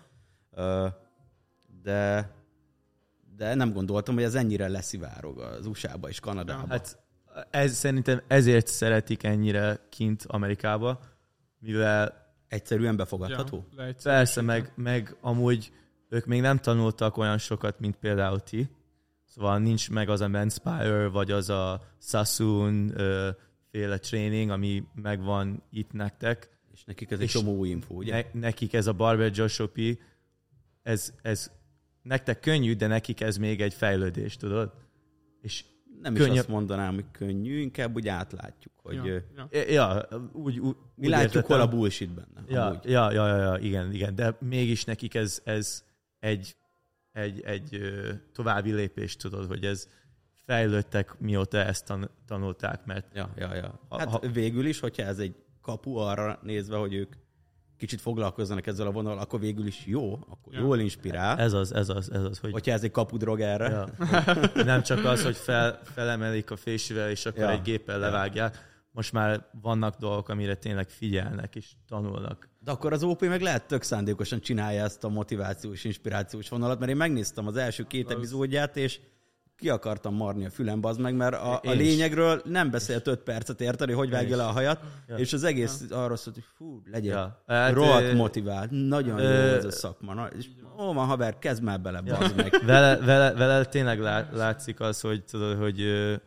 S2: De nem gondoltam, hogy ez ennyire leszivárog az USA-ba és Kanadába.
S3: Hát szerintem ezért szeretik ennyire kint Amerikába, mivel
S2: egyszerűen befogadható?
S3: Ja, persze, meg amúgy ők még nem tanultak olyan sokat, mint például ti. Szóval nincs meg az a Manspire, vagy az a Sassoon féle training, ami megvan itt nektek.
S2: És nekik ez egy csomó új info, ugye?
S3: Nekik ez a Barber Joe Shopi, ez nektek könnyű, de nekik ez még egy fejlődés, tudod? És
S2: nem is azt mondanám, hogy könnyű, inkább úgy átlátjuk, hogy... mi látjuk, hol a bullshit benne.
S3: Ja, igen, de mégis nekik ez egy további lépés, tudod, hogy ez fejlődtek, mióta ezt tanulták, mert...
S2: Ja. Hát végül is, hogyha ez egy kapu arra nézve, hogy ők kicsit foglalkozzanak ezzel a vonal, akkor végül is jó, akkor jól inspirál.
S3: Ez az, hogy...
S2: Hogyha ez egy kapudrog erre.
S3: Ja. Nem csak az, hogy felemelik a fésűvel, és akkor egy géppel levágják. Most már vannak dolgok, amire tényleg figyelnek, és tanulnak.
S2: De akkor az OP meg lehet tök szándékosan csinálja ezt a motivációs, inspirációs vonalat, mert én megnéztem az első 2 epizódját, és ki akartam marni a fülembe, az meg, mert a lényegről nem beszélt 5 percet, érteni, hogy vágja le a hajat, és az egész arról szólt, hogy fú, legyen rohadt motivált, nagyon jó ez a szakma. És ó, van haver, kezd már bele, bazd meg.
S3: Vele tényleg látszik az, hogy tudod, hogy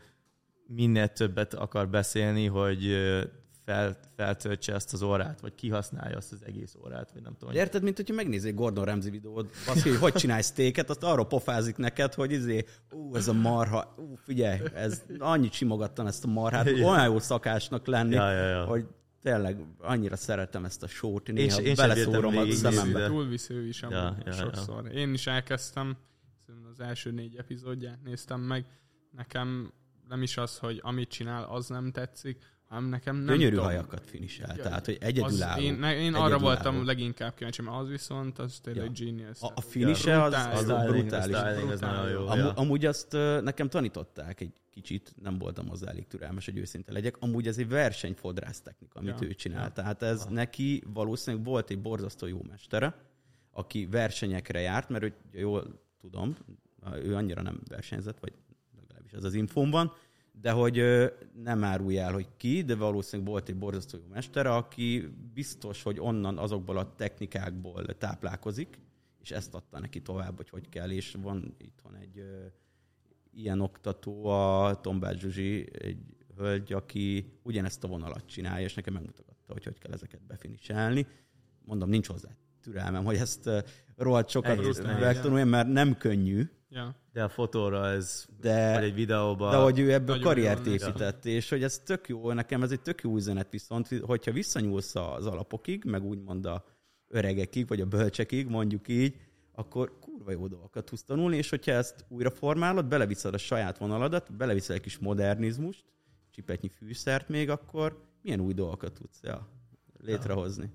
S3: minél többet akar beszélni, hogy feltöltse ezt az órát, vagy kihasználja azt az egész órát, vagy nem tudom.
S2: Érted, mint hogyha megnézzél Gordon Ramsay videót, hogy csinálj steaket, azt arról pofázik neked, hogy ez a marha, figyelj, ez annyit simogattan ezt a marhát, olyan jó szakásnak lenni, hogy tényleg annyira szeretem ezt a sót, néha beleszórom a szemembe.
S1: Túlvisz ő is sokszor. Én is elkezdtem, az első 4 epizódját néztem meg, nekem nem is az, hogy amit csinál, az nem tetszik, hanem nekem nem
S2: gyönyörű hajakat finisel, tehát, hogy egyedülálló.
S1: Én arra voltam leginkább kíváncsi, mert az viszont, az tényleg genius.
S2: A finise az brutális.
S3: Ez nagyon jó.
S2: Amúgy azt nekem tanították egy kicsit, nem voltam hozzá elég türelmes, hogy őszinte legyek. Amúgy ez egy versenyfodrász technika, amit ő csinál. Tehát ez neki valószínűleg volt egy borzasztó jó mestere, aki versenyekre járt, mert jól tudom, ő annyira nem versenyzett, vagy legalábbis ez az infóm van, de hogy nem árulj el, hogy ki, de valószínűleg volt egy borzasztó jó mestere, aki biztos, hogy onnan azokból a technikákból táplálkozik, és ezt adta neki tovább, hogy kell, és van itthon egy ilyen oktató, a Tombás Zsuzsi, egy hölgy, aki ugyanezt a vonalat csinálja, és nekem megmutatta, hogy kell ezeket befiniselni. Mondom, nincs hozzá türelmem, hogy ezt rohadt sokat megtanuljam, mert nem könnyű.
S1: Ja.
S3: De a fotóra ez, vagy egy videóban...
S2: De hogy ő ebből karriert épített, és hogy ez tök jó, nekem ez egy tök jó üzenet, viszont hogyha visszanyúlsz az alapokig, meg úgymond a öregekig, vagy a bölcsekig, mondjuk így, akkor kurva jó dolgokat tudsz tanulni, és hogyha ezt újra formálod, beleviszed a saját vonaladat, beleviszed egy kis modernizmust, csipetnyi fűszert még, akkor milyen új dolgokat tudsz létrehozni.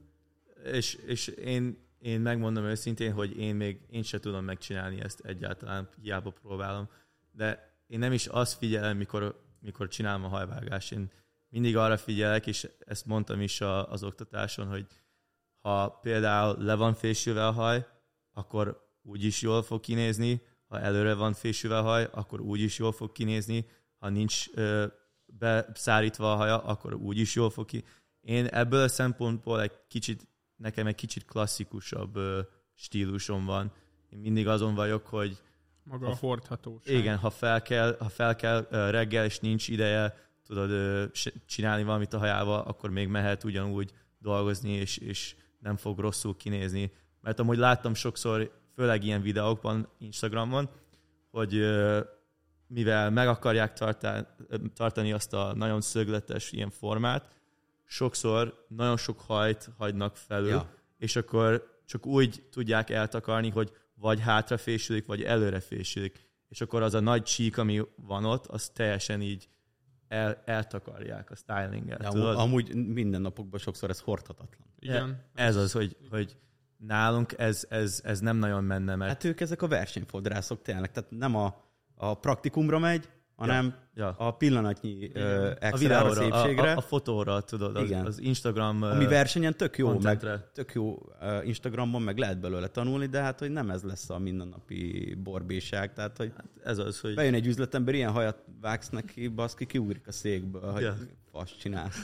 S3: És én megmondom őszintén, hogy én se tudom megcsinálni ezt egyáltalán, hiába próbálom, de én nem is azt figyelem, mikor csinálom a hajvágást. Én mindig arra figyelek, és ezt mondtam is az oktatáson, hogy ha például le van fésülve a haj, akkor úgyis jól fog kinézni, ha előre van fésülve a haj, akkor úgyis jól fog kinézni, ha nincs beszárítva a haja, akkor úgyis jól fog ki. Én ebből a szempontból nekem egy kicsit klasszikusabb stílusom van. Én mindig azon vagyok, hogy...
S1: Maga a fordhatóság.
S3: Igen, ha fel kell reggel, és nincs ideje, tudod csinálni valamit a hajával, akkor még mehet ugyanúgy dolgozni, és nem fog rosszul kinézni. Mert amúgy láttam sokszor, főleg ilyen videókban, Instagramon, hogy mivel meg akarják tartani azt a nagyon szögletes ilyen formát, sokszor nagyon sok hajt hagynak felül, és akkor csak úgy tudják eltakarni, hogy vagy hátrafésülik, vagy előrefésülik. És akkor az a nagy csík, ami van ott, az teljesen így eltakarják a stylinggel.
S2: Amúgy mindennapokban sokszor ez hordhatatlan.
S1: Igen.
S3: Ez az, hogy nálunk ez nem nagyon menne, mert...
S2: Hát ők ezek a versenyfodrászok tényleg, tehát nem a praktikumra megy, hanem a pillanatnyi extra szépségre.
S3: A fotóra, tudod, az Instagram...
S2: Ami versenyen tök jó, tök jó Instagramon, meg lehet belőle tanulni, de hát, hogy nem ez lesz a mindennapi borbéság. Tehát, hogy
S3: ez az, hogy...
S2: bejön egy üzletember, ilyen hajat vágsz neki, baszki, kiugrik a székből, hogy fasz csinálsz.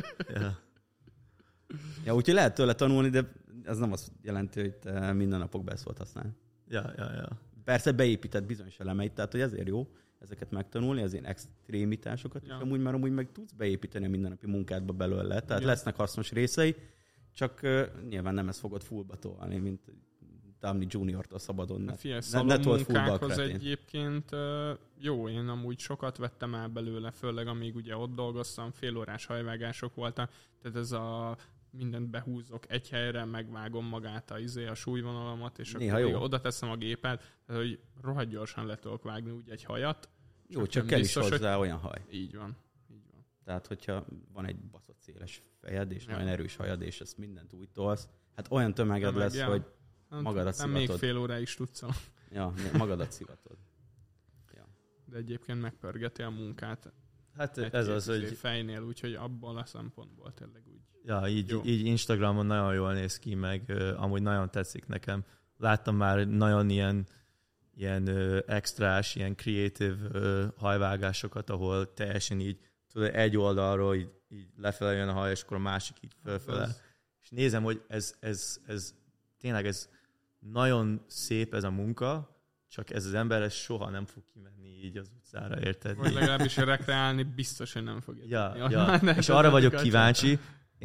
S2: Úgyhogy lehet tőle tanulni, de ez nem azt jelenti, hogy te minden napokban ezt volt használni. Persze beépített bizonyos elemeit, tehát hogy ezért jó ezeket megtanulni, az ilyen extrémitásokat, és amúgy meg tudsz beépíteni a mindennapi munkádba belőle, tehát lesznek hasznos részei, csak nyilván nem ezt fogod fullba tolni, mint Downey Junior-tól szabadon.
S1: Ne told fullba a kretén. Egyébként jó, én amúgy sokat vettem el belőle, főleg amíg ugye ott dolgoztam, félórás hajvágások voltak, tehát ez a mindent behúzok egy helyre, megvágom magát a súlyvonalamat, és akkor oda teszem a gépet, tehát hogy rohadt gyorsan le tudok vágni úgy egy hajat.
S2: Jó, csak kell biztos, is hozzá olyan haj.
S1: Így van.
S2: Tehát, hogyha van egy baszott széles fejed, és nagyon erős hajad, és ezt mindent úgy tolsz, hát olyan tömeged lesz, hogy magadat szivatod.
S1: Nem még fél óráig stuccolom.
S2: Magadat szivatod.
S1: De egyébként megpörgeti a munkát.
S3: Hát ez az, hogy...
S1: fejnél, úgyhogy abból a szempontból tényleg úgy.
S3: Ja, így Instagramon nagyon jól néz ki, meg amúgy nagyon tetszik nekem. Láttam már nagyon ilyen extrás, ilyen creative hajvágásokat, ahol teljesen így, tudod, egy oldalról így lefele jön a haj, és akkor a másik így fölfele. És nézem, hogy ez tényleg ez nagyon szép ez a munka, csak ez az ember ez soha nem fog kimenni így az utcára, érted?
S1: Vagy legalábbis rekreálni biztos, hogy nem fogja.
S3: Ja. És arra vagyok kíváncsi,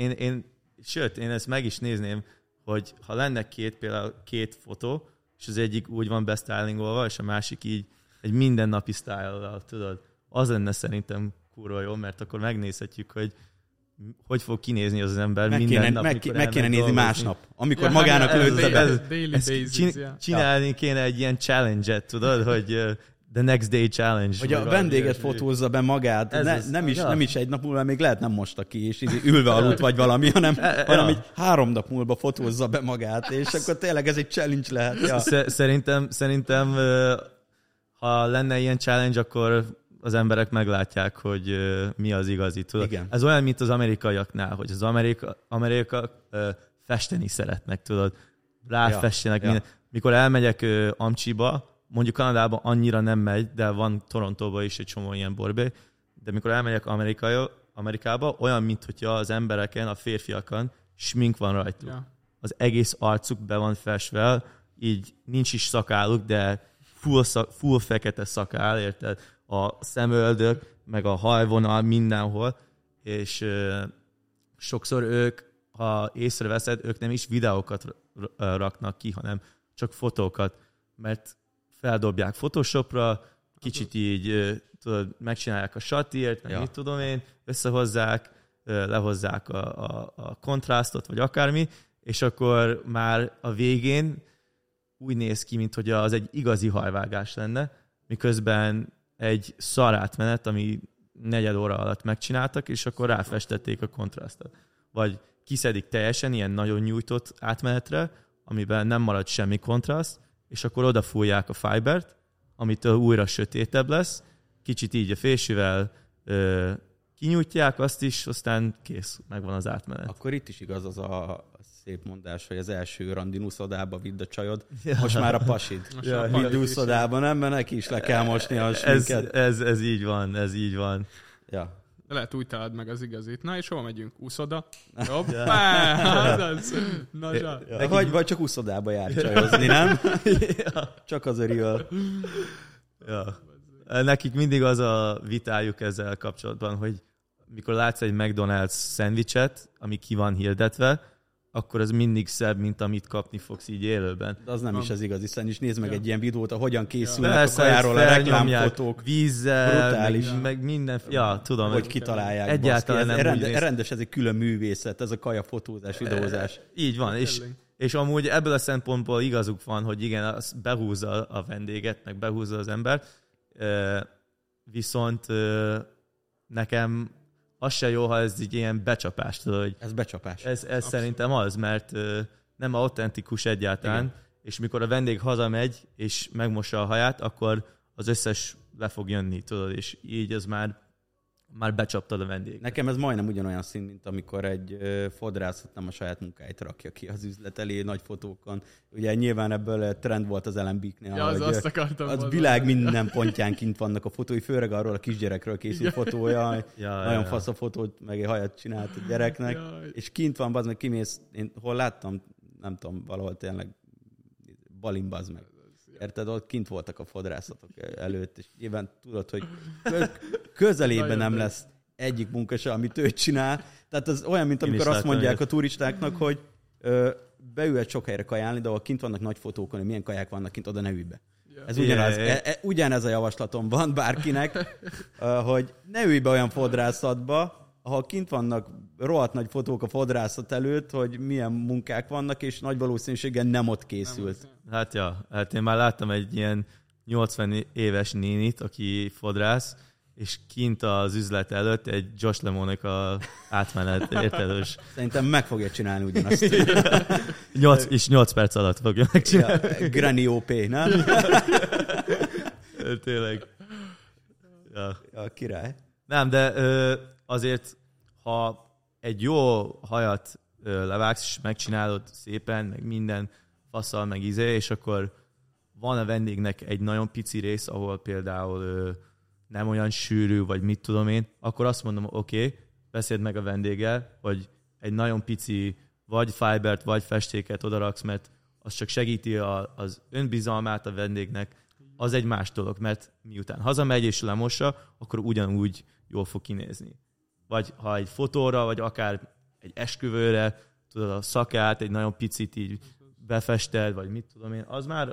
S3: sőt, én ezt meg is nézném, hogy ha lenne például két fotó, és az egyik úgy van bestylingolva, és a másik így egy mindennapi style-val, tudod, az lenne szerintem kurva jó, mert akkor megnézhetjük, hogy fog kinézni az ember minden nap,
S2: meg kéne nézni dolgozni. Másnap, amikor magának lőtte be.
S3: Csinálni kéne egy ilyen challenge-et, tudod, hogy the next day challenge.
S2: Hogy a vendéget fotózza be magát, nem is egy nap múlva, még lehet nem mosta ki, és ülve aludt vagy valami, hanem így 3 nap múlva fotózza be magát, és akkor tényleg ez egy challenge lehet. Ja.
S3: Szerintem ha lenne ilyen challenge, akkor az emberek meglátják, hogy mi az igazi. Tudod?
S2: Igen.
S3: Ez olyan, mint az amerikaiaknál, hogy az amerikaiak festeni szeretnek, tudod. Ráfestenek minden. Mikor elmegyek Amcsiba, mondjuk Kanadában annyira nem megy, de van Torontóban is egy csomó ilyen borbé, de mikor elmegyek Amerikába, olyan, mint hogyha az embereken, a férfiakon smink van rajtuk. Ja. Az egész arcuk be van festve, így nincs is szakáluk, de full fekete szakál, érted? A szemöldök, meg a hajvonal mindenhol, és sokszor ők, ha észreveszed, ők nem is videókat raknak ki, hanem csak fotókat, mert feldobják Photoshopra, kicsit így tudod, megcsinálják a satírт, meg mit tudom én, összehozzák, lehozzák a kontrasztot, vagy akármi, és akkor már a végén úgy néz ki, mint hogy az egy igazi hajvágás lenne, miközben egy szar átmenet, ami 4 óra alatt megcsináltak, és akkor ráfestették a kontrasztot. Vagy kiszedik teljesen ilyen nagyon nyújtott átmenetre, amiben nem marad semmi kontraszt, és akkor odafújják a fibert, amitől újra sötétebb lesz, kicsit így a fésűvel kinyújtják azt is, aztán kész, megvan az átmenet.
S2: Akkor itt is igaz az a szép mondás, hogy az első randin úszodába vidd a csajod, most már a pasid. Vidd úszodába, nem, mert neki is le kell mosni a sminket.
S3: Ez így van, ez így van.
S2: Ja.
S1: De lehet úgy találd meg az igazit. Na, és hova megyünk? Úszoda? Hoppá!
S2: Vagy csak úszodába jár csajozni, nem? Csak az örül.
S3: Ja. Nekik mindig az a vitájuk ezzel kapcsolatban, hogy mikor látsz egy McDonald's szendvicset, ami ki van hirdetve, akkor az mindig szebb, mint amit kapni fogsz így élőben.
S2: De az nem is az igazi szendvics. Nézd meg egy ilyen videót, hogyan készülnek a kajáról a reklámfotók.
S3: Vízzel, brutális. Meg minden. Ja, tudom.
S2: Hogy kitalálják.
S3: Egyáltalán nem úgy néz.
S2: Rendes, ez egy külön művészet, ez a kajafotózás, videózás.
S3: Így van, és amúgy ebből a szempontból igazuk van, hogy igen, az behúzza a vendéget, meg behúzza az embert, viszont nekem az se jó, ha ez így ilyen becsapás. Tudod, hogy
S2: ez becsapás.
S3: Ez szerintem az, mert nem autentikus egyáltalán, igen. És mikor a vendég hazamegy, és megmossa a haját, akkor az összes le fog jönni, tudod, és így ez már becsaptad a vendég.
S2: Nekem ez majdnem ugyanolyan szín, mint amikor egy fodrász nem a saját munkáit rakja ki az üzlet elé nagy fotókon. Ugye nyilván ebből trend volt az LMB-knél.
S1: Ja, azt akartam.
S2: Az világ minden pontján kint vannak a fotói, főleg arról a kisgyerekről készült fotója. Nagyon fasz a fotót, meg egy hajat csinált a gyereknek. És kint van, bazd meg, kimész, én hol láttam, nem tudom, valahol tényleg Balin, bazd meg. Érted, ott kint voltak a fodrászatok előtt, és nyilván tudod, hogy közelében nem lesz egyik munka se, amit ő csinál. Tehát ez olyan, mint amikor azt mondják a turistáknak, hogy beülhet sok helyre kajálni, de ahol kint vannak nagy fotókon, hogy milyen kaják vannak kint, oda ne ülj be. Ez ugyanez a javaslatom van bárkinek, hogy ne ülj be olyan fodrászatba, ahol kint vannak rohadt nagy fotók a fodrászat előtt, hogy milyen munkák vannak, és nagy valószínűséggel nem ott készült.
S3: Hát én már láttam egy ilyen 80 éves nénit, aki fodrász, és kint az üzlet előtt egy Josh Lemonica átmenet, értelős.
S2: Szerintem meg fogja csinálni ugyanazt.
S3: 8 perc alatt fogja megcsinálni.
S2: Ja, Granny OP, nem?
S3: Tényleg.
S2: Ja, király.
S3: Nem, de azért, ha egy jó hajat levágsz, és megcsinálod szépen, meg minden faszal, meg és akkor van a vendégnek egy nagyon pici rész, ahol például nem olyan sűrű, vagy mit tudom én, akkor azt mondom, oké, beszéld meg a vendéggel, hogy egy nagyon pici vagy fibert, vagy festéket odaraksz, mert az csak segíti az önbizalmát a vendégnek, az egy más dolog, mert miután hazamegy és lemossa, akkor ugyanúgy jól fog kinézni. Vagy ha egy fotóra, vagy akár egy esküvőre, tudod, a szakát egy nagyon picit így befested, vagy mit tudom én, az már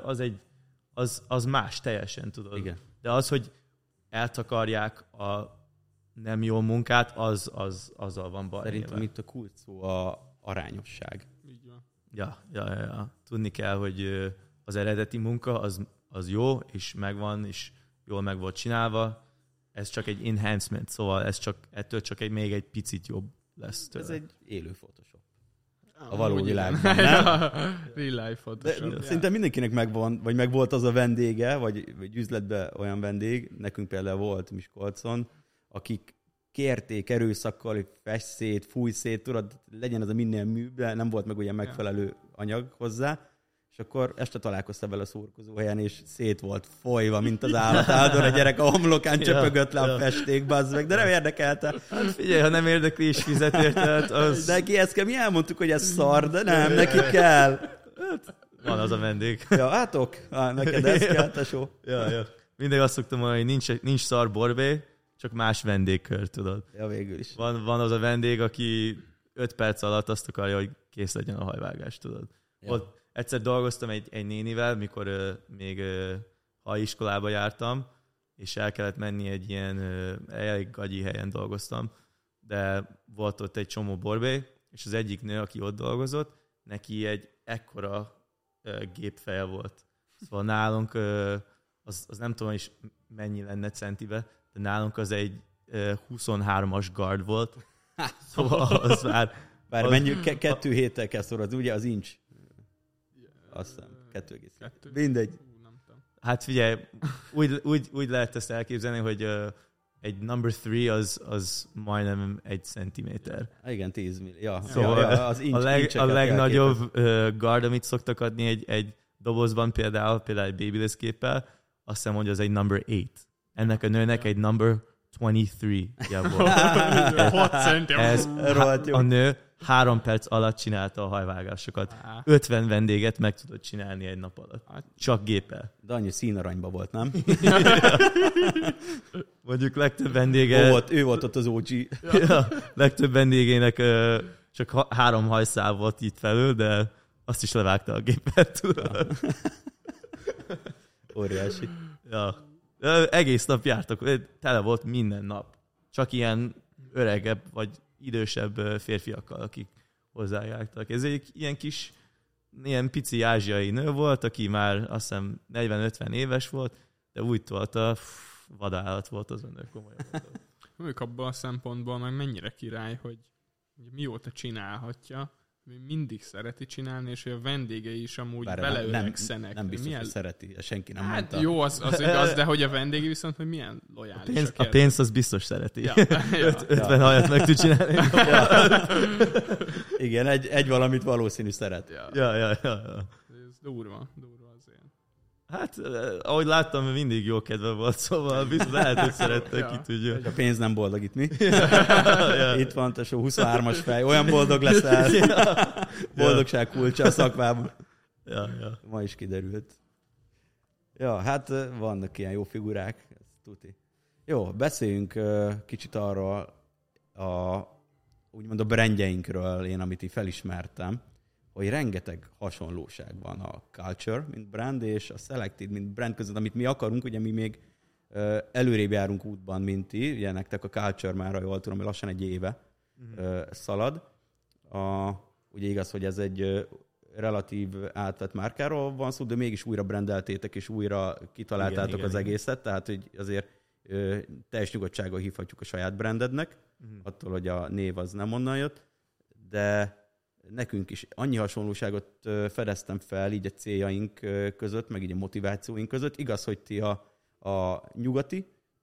S3: az más teljesen, tudod.
S2: Igen.
S3: De az, hogy eltakarják a nem jó munkát, azzal van baj.
S2: Szerintem itt a kult szó a arányosság.
S1: Így van.
S3: Ja. Tudni kell, hogy az eredeti munka az jó, és megvan, és jól meg volt csinálva. Ez csak egy enhancement, szóval ettől csak még egy picit jobb lesz tőle.
S2: Ez egy élő Photoshop. A való világban, nem?
S1: Real life Photoshop.
S2: Szerintem mindenkinek megvan, vagy megvolt az a vendége, vagy üzletben olyan vendég, nekünk például volt Miskolcon, akik kérték erőszakkal, hogy fess szét, fúj szét, tudod, legyen ez a minél műbb, de nem volt meg olyan megfelelő anyag hozzá, és akkor este találkoztam vele a szórakozóhelyen, és szét volt folyva, mint az állatáldor, a gyerek a homlokán csöpögött le a festék, bazd meg, de nem érdekelte.
S3: Hát figyelj, ha nem érdekli és fizet érted, az...
S2: De ki ezt kell, mi elmondtuk, hogy ez szar, de nem, neki kell.
S3: Van az a vendég.
S2: Ja, neked ez kell, tesó.
S3: Ja. Mindig azt szoktam mondani, hogy nincs szar borbé, csak más vendégkör, tudod.
S2: Ja, végül is.
S3: Van az a vendég, aki 5 perc alatt azt akarja, hogy kész legyen a hajvágás, tudod. Ja. Ott egyszer dolgoztam egy nénivel, mikor még hajiskolába jártam, és el kellett menni egy ilyen elég gagyi helyen dolgoztam, de volt ott egy csomó borbé, és az egyik nő, aki ott dolgozott, neki egy ekkora gépfeje volt. Szóval nálunk, az nem tudom is mennyi lenne centibe, de nálunk az egy 23-as guard volt. Szóval az már...
S2: Bár menjünk, 2 héttel kell szorozni, ugye az inch? Azt hiszem, 2,2. Mindegy.
S3: Hát figyelj, úgy lehet ezt elképzelni, hogy egy number 3 az majdnem 1 centiméter.
S2: Igen, 10 millió. Ja,
S3: szóval
S2: az
S3: a legnagyobb guard, amit szoktak adni egy dobozban, például egy Babyliss képpel, azt hiszem, hogy az egy number 8. Ennek a nőnek egy number 23 volt. A nő 3 perc alatt csinálta a hajvágásokat. 50 vendéget meg tudott csinálni egy nap alatt. Csak géppel.
S2: De annyi színaranyba volt, nem?
S3: Mondjuk legtöbb vendége...
S2: Ő volt ott az OG.
S3: Ja, legtöbb vendégének csak 3 hajszál volt itt felül, de azt is levágta a géppel, tudod.
S2: Óriási.
S3: Ja. Egész nap jártak, tele volt minden nap. Csak ilyen öregebb vagy idősebb férfiakkal, akik hozzájártak. Ez egy ilyen pici ázsiai nő volt, aki már azt hiszem 40-50 éves volt, de úgy tolta, vadállat volt az a nő, komolyan volt.
S1: Ők abban a szempontból meg mennyire király, hogy mióta csinálhatja, mindig szereti csinálni, és hogy a vendégei is amúgy beleöregszenek.
S2: Nem biztos, hogy szereti, senki nem
S1: hát
S2: mondta.
S1: Jó, az igaz, de hogy a vendégi viszont, hogy milyen lojális.
S3: A pénzt az biztos szereti.
S1: Ja.
S3: 50 hajat meg tud csinálni.
S2: Igen, egy valamit valószínű szeret.
S3: Ja.
S1: Ez durva azért.
S3: Hát, ahogy láttam, mindig jó kedve volt, szóval biztos lehet, hogy szerette, ki tudja.
S2: A pénz nem boldogít, mi? Itt van, tesó, 23-as fej, olyan boldog leszel. Boldogság kulcsa a szakmában.
S3: Ja.
S2: Ma is kiderült. Ja, hát vannak ilyen jó figurák, ez tuti. Jó, beszéljünk kicsit arról úgymond a brandjeinkről, én amit így felismertem, hogy rengeteg hasonlóság van a Culture, mint brand, és a Selected, mint brand között, amit mi akarunk, ugye mi még előrébb járunk útban, mint ti, ugye nektek a Culture már, jól tudom, hogy lassan egy éve szalad. Ugye igaz, hogy ez egy relatív átvett márkáról van szó, de mégis újra brandeltétek, és újra kitaláltátok az egészet, tehát hogy azért teljes nyugodtsággal hívhatjuk a saját brandednek, attól, hogy a név az nem onnan jött, de nekünk is annyi hasonlóságot fedeztem fel így a céljaink között, meg így a motivációink között. Igaz, hogy ti a nyugati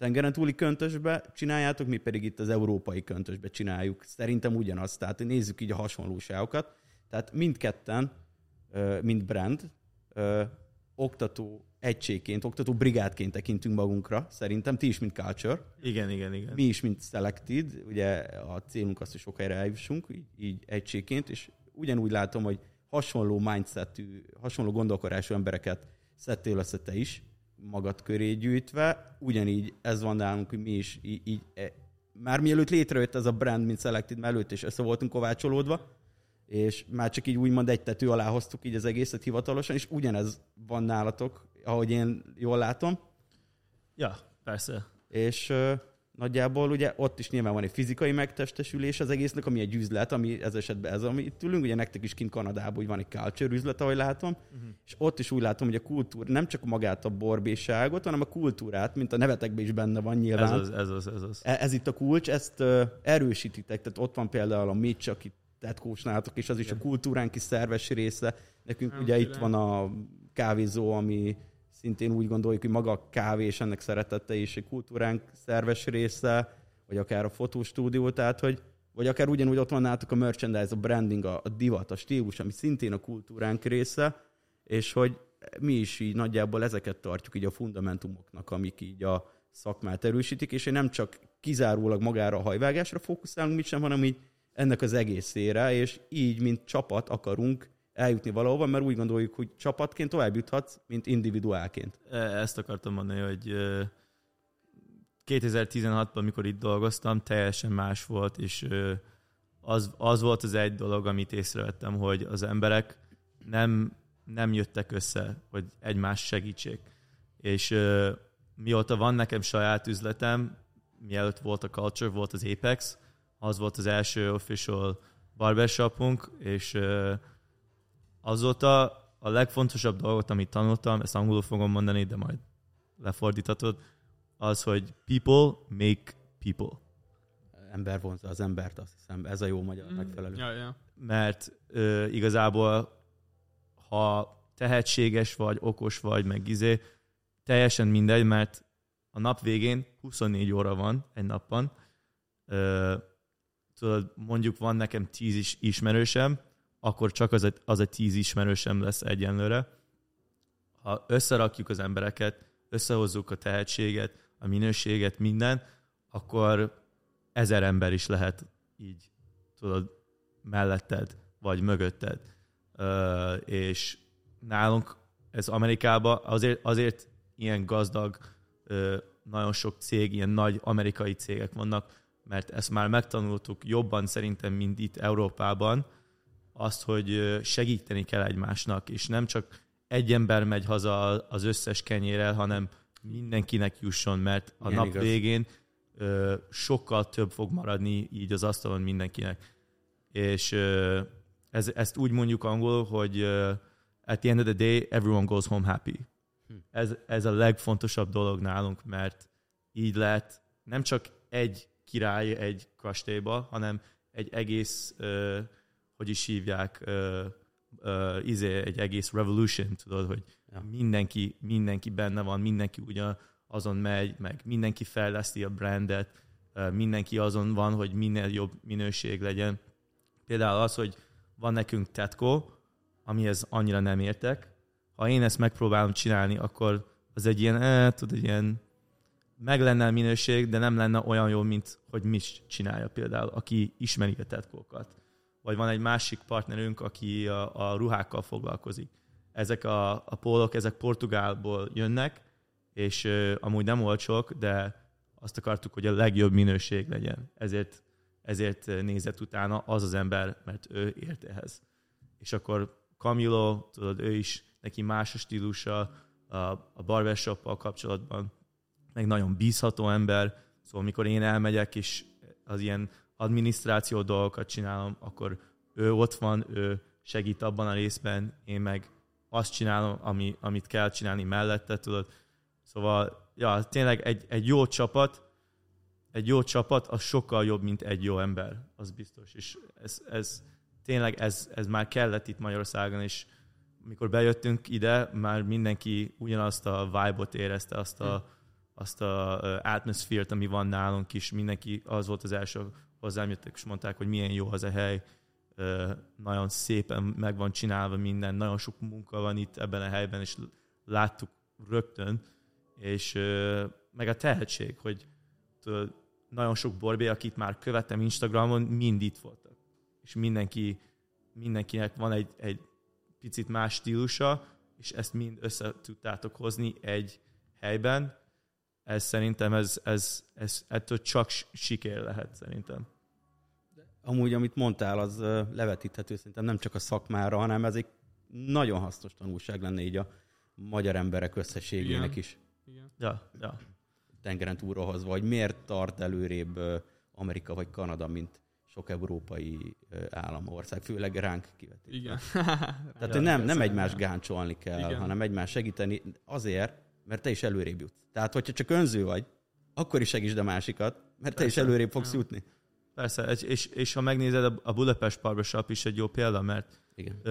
S2: tengeren túli köntösbe csináljátok, mi pedig itt az európai köntösbe csináljuk. Szerintem ugyanaz, tehát nézzük így a hasonlóságokat. Tehát mindketten, mint brand, oktató egységként, oktató brigádként tekintünk magunkra, szerintem. Ti is, mint Culture.
S3: Igen.
S2: Mi is, mint Selected. Ugye a célunk az, hogy sok helyre eljussunk, így egységként, és ugyanúgy látom, hogy hasonló mindsetű, hasonló gondolkodású embereket szedtél össze te is, magad köré gyűjtve. Ugyanígy ez van nálunk, hogy mi is így már mielőtt létrejött ez a brand, mint Selected, már előtt is össze voltunk kovácsolódva, és már csak így úgymond egy tető alá hoztuk így az egészet hivatalosan, és ugyanez van nálatok, ahogy én jól látom.
S3: Ja, persze.
S2: És nagyjából ugye ott is nyilván van egy fizikai megtestesülés az egésznek, ami egy üzlet, ami ez esetben ez, ami itt ülünk. Ugye nektek is kint Kanadában úgy van egy culture üzlet, ahogy látom, és ott is úgy látom, hogy a kultúra, nem csak magát a borbéságot, hanem a kultúrát, mint a nevetekben is benne van nyilván.
S3: Ez az.
S2: Ez itt a kulcs, ezt erősítitek, tehát ott van például a Mitch, aki tetkós nálatok, és az is a kultúránk is szerves része. Nekünk
S1: nem
S2: ugye
S1: tudom.
S2: itt van a kávézó, ami szintén úgy gondoljuk, hogy maga a kávé és ennek szeretete is egy kultúránk szerves része, vagy akár a fotostúdió, tehát hogy, vagy akár ugyanúgy ott van nálatok a merchandise, a branding, a divat, a stílus, ami szintén a kultúránk része, és hogy mi is így nagyjából ezeket tartjuk így a fundamentumoknak, amik így a szakmát erősítik, és nem csak kizárólag magára a hajvágásra fókuszálunk mit sem, hanem így ennek az egészére, és így, mint csapat akarunk eljutni valahova, mert úgy gondoljuk, hogy csapatként tovább juthatsz, mint individuálként.
S3: Ezt akartam mondani, hogy 2016-ban, amikor itt dolgoztam, teljesen más volt, és az volt az egy dolog, amit észrevettem, hogy az emberek nem jöttek össze, hogy egymást segítsék. És mióta van nekem saját üzletem, mielőtt volt a Culture, volt az Apex, az volt az első official barbershopunk, és azóta a legfontosabb dolgot, amit tanultam, ezt angolul fogom mondani, de majd lefordíthatod, az, hogy people make people.
S2: Ember vonzza az embert, azt hiszem. Ez a jó magyar megfelelő.
S1: Ja.
S3: Mert igazából, ha tehetséges vagy, okos vagy, meg teljesen mindegy, mert a nap végén 24 óra van egy napban. Tudod, mondjuk van nekem 10 ismerősem, akkor csak az a 10 ismerősem lesz egyenlőre. Ha összerakjuk az embereket, összehozzuk a tehetséget, a minőséget, minden, akkor 1000 ember is lehet így, tudod, melletted, vagy mögötted. És nálunk ez Amerikában azért ilyen gazdag, nagyon sok cég, ilyen nagy amerikai cégek vannak, mert ezt már megtanultuk jobban szerintem, mint itt Európában, azt, hogy segíteni kell egymásnak, és nem csak egy ember megy haza az összes kenyérrel, hanem mindenkinek jusson, mert a nap végén sokkal több fog maradni így az asztalon mindenkinek. És ezt úgy mondjuk angolul, hogy at the end of the day, everyone goes home happy. Ez a legfontosabb dolog nálunk, mert így lehet nem csak egy király egy kastélyba, hanem egy egész, hogy is hívják, egy egész revolution, tudod, hogy mindenki benne van, mindenki azon megy, meg mindenki fejleszti a brandet, mindenki azon van, hogy minél jobb minőség legyen. Például az, hogy van nekünk Tetco, amihez annyira nem értek. Ha én ezt megpróbálom csinálni, akkor az egy ilyen meg lenne a minőség, de nem lenne olyan jó, mint hogy Mitch csinálja például, aki ismeri a Tetco-kat. Vagy van egy másik partnerünk, aki a ruhákkal foglalkozik. Ezek a pólok, ezek Portugálból jönnek, és amúgy nem olcsók, de azt akartuk, hogy a legjobb minőség legyen. Ezért nézett utána az ember, mert ő ért ehhez. És akkor Camilo, tudod, ő is, neki más a stílusa a barbershoppal kapcsolatban, meg nagyon bízható ember, szóval mikor én elmegyek, és az ilyen adminisztráció dolgokat csinálom, akkor ő ott van, ő segít abban a részben, én meg azt csinálom, amit kell csinálni mellette, tudod. Szóval, ja, tényleg egy jó csapat, az sokkal jobb, mint egy jó ember, az biztos. És ez már kellett itt Magyarországon, és mikor bejöttünk ide, már mindenki ugyanazt a vibe-ot érezte, azt a atmoszfért, ami van nálunk is. Mindenki, az volt az első, hozzám jöttek, és mondták, hogy milyen jó az a hely. Nagyon szépen meg van csinálva minden, nagyon sok munka van itt ebben a helyben, és láttuk rögtön, és meg a tehetség, hogy tudod, nagyon sok borbé, akit már követtem Instagramon, mind itt voltak. És mindenkinek van egy picit más stílusa, és ezt mind össze tudtátok hozni egy helyben. Ez szerintem ettől csak siker lehet szerintem.
S2: Amúgy, amit mondtál, az levetíthető szerintem nem csak a szakmára, hanem ez egy nagyon hasznos tanulság lenne így a magyar emberek összességének is.
S1: Igen.
S3: Ja.
S2: Tengeren túlra hozva, hogy miért tart előrébb Amerika vagy Kanada, mint sok európai államország, főleg ránk kivetés.
S1: Igen.
S2: Tehát nem egymást gáncsolni kell, igen, hanem egymást segíteni azért, mert te is előrébb jutsz. Tehát, hogyha csak önző vagy, akkor is segítsd a másikat, mert te is előrébb fogsz jutni.
S3: Persze, és ha megnézed, a Budapest Barbershop is egy jó példa, mert
S2: igen,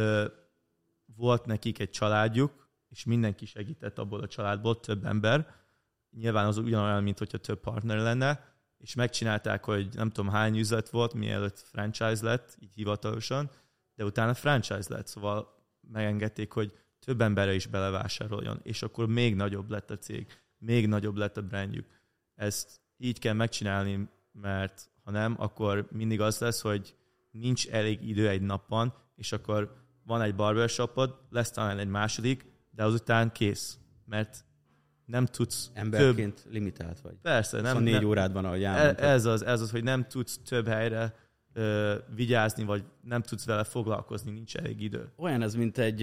S3: volt nekik egy családjuk, és mindenki segített abból a családból, több ember. Nyilván az ugyanolyan, mint hogyha több partner lenne, és megcsinálták, hogy nem tudom hány üzlet volt, mielőtt franchise lett, így hivatalosan, de utána franchise lett, szóval megengedték, hogy több emberre is belevásároljon, és akkor még nagyobb lett a cég, még nagyobb lett a brandjük. Ezt így kell megcsinálni, mert ha nem, akkor mindig az lesz, hogy nincs elég idő egy napon, és akkor van egy barbershopod, lesz talán egy második, de azután kész, mert nem tudsz
S2: emberként limitált vagy.
S3: Persze,
S2: nem 4 órád van, ahogy elmondtad.
S3: Ez az, hogy nem tudsz több helyre vigyázni, vagy nem tudsz vele foglalkozni, nincs elég idő.
S2: Olyan ez, mint egy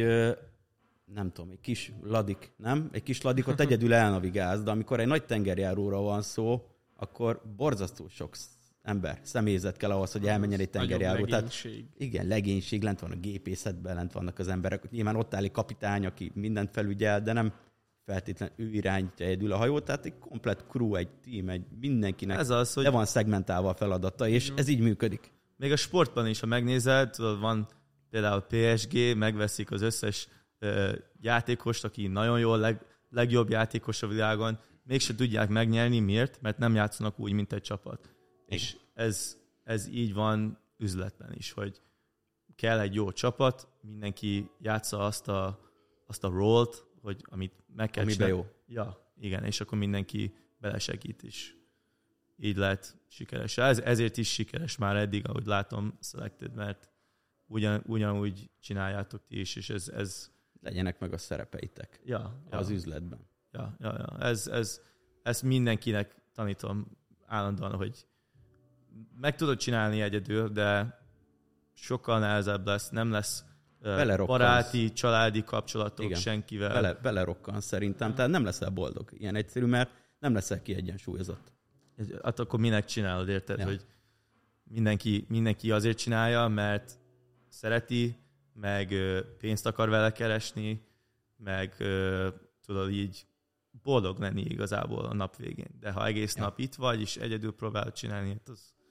S2: nem tudom, egy kis ladik, nem? Egy kis ladikot egyedül elnavigálsz, de amikor egy nagy tengerjáróra van szó, akkor borzasztó sok ember, személyzet kell ahhoz, hogy elmenjen egy tengerjáró.
S1: Legénység.
S2: Tehát, igen, legénység, lent van a gépészetben, lent vannak az emberek. Nyilván ott áll egy kapitány, aki mindent felügyel, de nem feltétlenül ő irányítja egyedül a hajót, tehát egy komplett crew, egy team, mindenkinek
S3: ez az, hogy
S2: le van szegmentálva a feladata, és ez így működik.
S3: Még a sportban is, ha megnézed, van például PSG, megveszik az összes játékost, aki nagyon jó, legjobb játékos a világon, mégse tudják megnyerni. Miért? Mert nem játszanak úgy, mint egy csapat. És ez így van üzletben is, hogy kell egy jó csapat, mindenki játsza azt a role-t, hogy amit meg kell
S2: csinálni. Jó.
S3: Ja, igen, és akkor mindenki belesegít is. Így lehet sikeres. Ezért is sikeres már eddig, ahogy látom, Selected, mert ugyanúgy csináljátok ti is, és ez
S2: legyenek meg a szerepeitek az üzletben.
S3: Ja. Ezt mindenkinek tanítom állandóan, hogy meg tudod csinálni egyedül, de sokkal nehezebb lesz, nem lesz baráti, családi kapcsolatok, igen, senkivel.
S2: Belerokkan szerintem, tehát nem leszel boldog. Ilyen egyszerű, mert nem leszel kiegyensúlyozott.
S3: Hát akkor minek csinálod, érted, hogy mindenki azért csinálja, mert szereti, meg pénzt akar vele keresni, meg tudod így boldog lenni igazából a nap végén. De ha egész nap itt vagy, és egyedül próbálod csinálni, hát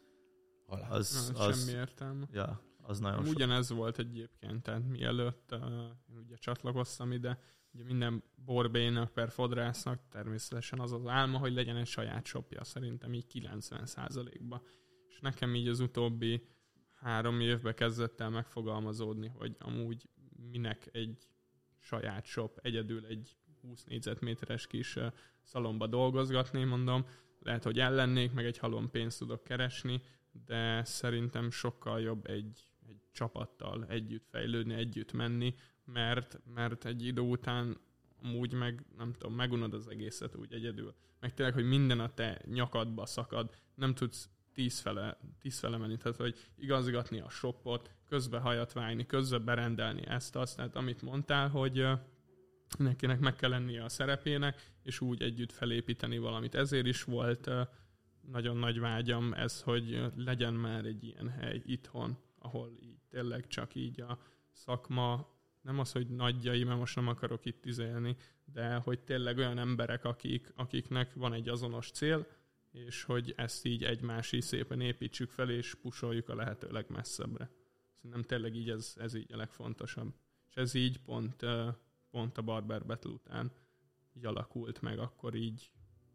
S3: az
S1: semmi értelme.
S3: Ja, az nagyon sok.
S1: Ugyanez volt egyébként, tehát mielőtt én ugye csatlakoztam ide, ugye minden borbénak per fodrásznak természetesen az az álma, hogy legyen egy saját shopja, szerintem így 90%-ba. És nekem így az utóbbi 3 évben kezdett el megfogalmazódni, hogy amúgy minek egy saját shop, egyedül egy 20 négyzetméteres kis szalomba dolgozgatni, mondom. Lehet, hogy ellennék, meg egy halom pénzt tudok keresni, de szerintem sokkal jobb egy csapattal együtt fejlődni, együtt menni, mert egy idő után amúgy meg, nem tudom, megunod az egészet úgy egyedül. Meg tényleg, hogy minden a te nyakadba szakad, nem tudsz 10 fele menni, tehát hogy igazgatni a shopot, közbe hajat vágni, közbe berendelni ezt-azt, tehát amit mondtál, hogy nekinek meg kell lennie a szerepének, és úgy együtt felépíteni valamit. Ezért is volt nagyon nagy vágyam ez, hogy legyen már egy ilyen hely itthon, ahol így tényleg csak így a szakma, nem az, hogy nagyjai, mert most nem akarok itt élni, de hogy tényleg olyan emberek, akiknek van egy azonos cél, és hogy ezt így egymásig szépen építsük fel, és pusoljuk a lehető legmesszebbre. Szerintem tényleg így ez így a legfontosabb. És ez így pont a Barber Battle után így alakult meg, akkor így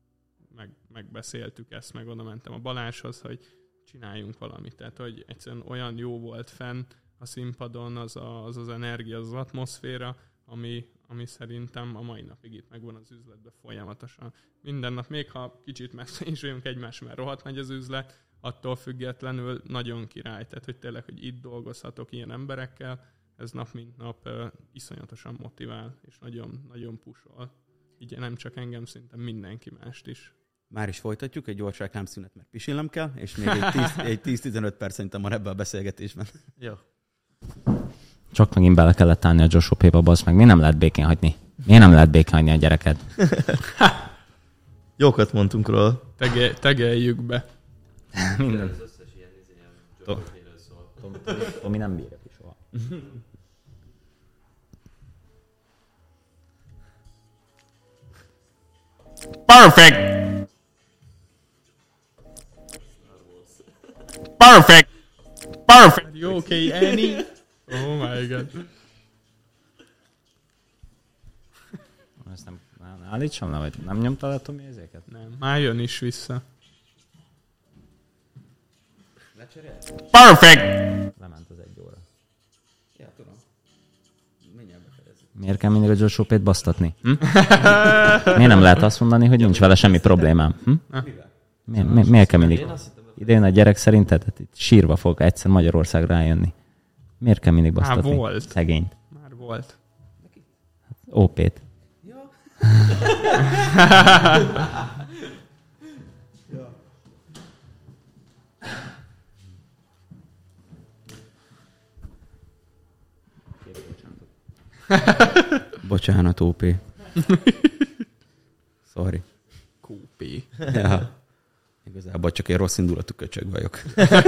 S1: megbeszéltük ezt, meg oda mentem a Balázshoz, hogy csináljunk valamit. Tehát, hogy egyszerűen olyan jó volt fenn a színpadon az energia, az atmoszféra, ami szerintem a mai napig itt megvan az üzletben folyamatosan. Minden nap, még ha kicsit messze is vagyunk egymás, mert rohadt nagy az üzlet, attól függetlenül nagyon király. Tehát, hogy tényleg, hogy itt dolgozhatok ilyen emberekkel, ez nap mint nap iszonyatosan motivál, és nagyon, nagyon pushol. Így nem csak engem, szerintem mindenki mást is.
S2: Már is folytatjuk, egy gyors reklámszünet, mert pisilnem kell, és még egy 10-15 perc szerintem van ebben a beszélgetésben.
S3: Jó.
S4: Csak megint bele kellett állni a Joshua-ba, bassz meg. Miért nem lehet békén hagyni? Miért nem lehet békén hagyni a gyereket?
S3: Jókat mondtunk róla.
S1: Tegeljük be.
S4: Minden. Az összes ilyen Joshua-ről szól. Tomi nem bírja ki soha.
S1: Perfect! Perfect! Perfect! Are you okay, Annie? Oh my god.
S4: Ezt nem állítsam le, vagy nem nyomtad a Tomi ezeket?
S1: Nem, már jön is vissza.
S2: Perfect!
S4: Lement az 1 óra.
S2: Ja, tudom. Mindjárt befejezzük.
S4: Miért kell mindig a Joshua-t basztatni? Miért nem lehet azt mondani, hogy nincs vele semmi problémám? Miért kell mindig? Idejön a gyerek szerinted? Hát itt sírva fog egyszer Magyarország rájönni. Miért kell mindig basztatni?
S1: Már volt.
S4: Szegényt.
S1: Már volt.
S4: OP-t.
S2: Bocsánat, OP. Sorry.
S1: Kópé.
S2: Ja. Igazából csak egy rossz indulatú köcsög vagyok.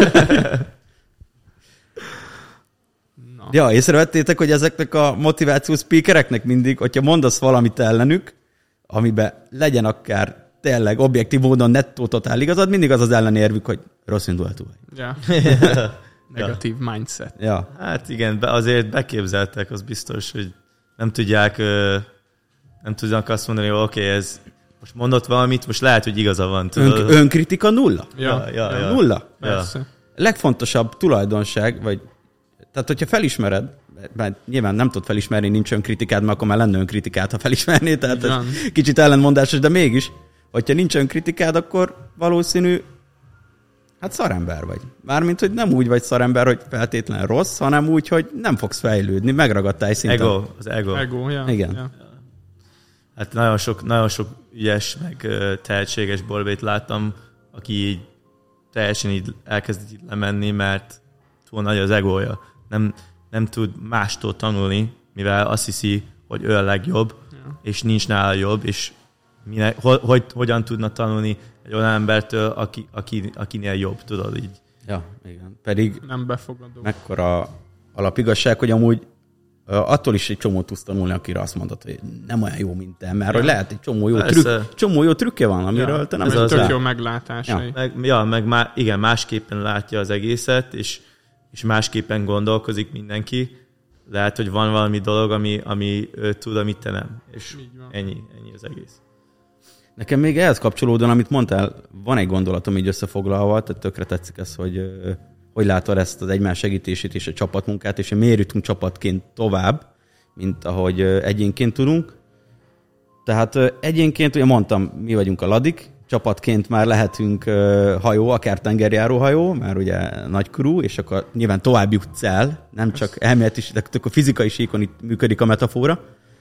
S1: Na.
S2: Ja, észrevettétek, hogy ezeknek a motivációs speakereknek mindig, hogyha mondasz valamit ellenük, amiben legyen akár tényleg objektív módon nettó totál igazad, mindig az az ellenérvük, hogy rossz indulatú vagy.
S1: Ja. Negatív mindset.
S2: Ja.
S3: Hát igen, azért beképzeltek, az biztos, hogy nem tudnak azt mondani, hogy oké, ez most mondott valamit, most lehet, hogy igaza van.
S2: Önkritika nulla?
S3: Ja.
S2: Nulla?
S1: Persze.
S2: Legfontosabb tulajdonság, vagy tehát, hogyha felismered, mert nyilván nem tudod felismerni, nincs önkritikát, mert akkor már lenne önkritikát, ha felismernéd, tehát ez kicsit ellentmondásos, de mégis, hogyha nincs önkritikád, akkor valószínű, hát szarember vagy. Mármint, hogy nem úgy vagy szarember, hogy feltétlenül rossz, hanem úgy, hogy nem fogsz fejlődni, megragadtál egy szinten.
S3: Az ego.
S1: Ego, ja.
S2: Igen.
S1: Ja.
S3: Hát nagyon sok ügyes, meg tehetséges borbét láttam, aki így teljesen így elkezdett így lemenni, mert túl nagy az egója. Nem tud mástól tanulni, mivel azt hiszi, hogy ő a legjobb, és nincs nála jobb, és hogyan tudna tanulni egy olyan embertől, akinél jobb, tudod így.
S2: Ja, igen. Pedig
S1: Nem befogadó.
S2: mekkora alapigazság, hogy amúgy attól is egy csomót tudsz tanulni, akire azt mondod, hogy nem olyan jó, mint te, mert hogy lehet egy csomó jó trükkje van, amiről te nem
S1: Ez
S2: tudsz
S1: tök
S2: rá.
S1: jó meglátásai.
S3: Igen, másképpen látja az egészet, és másképpen gondolkozik mindenki. Lehet, hogy van valami dolog, ami ő tud, amit te nem. És ennyi az egész.
S2: Nekem még ehhez kapcsolódóan, amit mondtál, van egy gondolatom így összefoglalva, tehát tökre tetszik ez, hogy látod ezt az egymás segítését és a csapatmunkát, és miért jutunk csapatként tovább, mint ahogy egyénként tudunk. Tehát egyénként, ugye mondtam, mi vagyunk a ladik, csapatként már lehetünk hajó, akár tengerjáró hajó, mert ugye nagy crew, és akkor nyilván tovább jutsz el, nem csak elmélet is, de a fizikai síkon itt működik a metafora.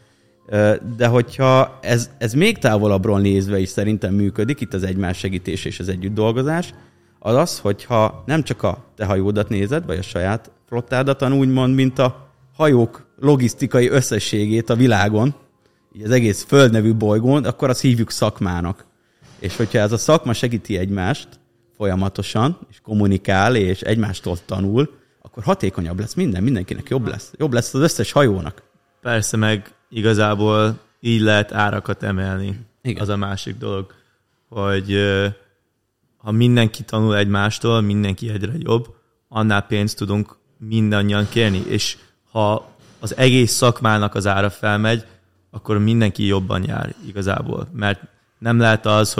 S2: De hogyha ez még távolabbról nézve is szerintem működik, itt az egymás segítés és az együtt dolgozás, az, hogyha nem csak a te hajódat nézed, vagy a saját flottádat, hanem úgymond, mint a hajók logisztikai összességét a világon, így az egész Föld nevű bolygón, akkor azt hívjuk szakmának. És hogyha ez a szakma segíti egymást folyamatosan, és kommunikál, és egymástól tanul, akkor hatékonyabb lesz mindenkinek jobb lesz. Jobb lesz az összes hajónak.
S3: Persze, meg igazából így lehet árakat emelni.
S2: Igen.
S3: Az a másik dolog, hogy ha mindenki tanul egymástól, mindenki egyre jobb, annál pénzt tudunk mindannyian kérni, és ha az egész szakmának az ára felmegy, akkor mindenki jobban jár igazából. Mert nem lehet az, hogy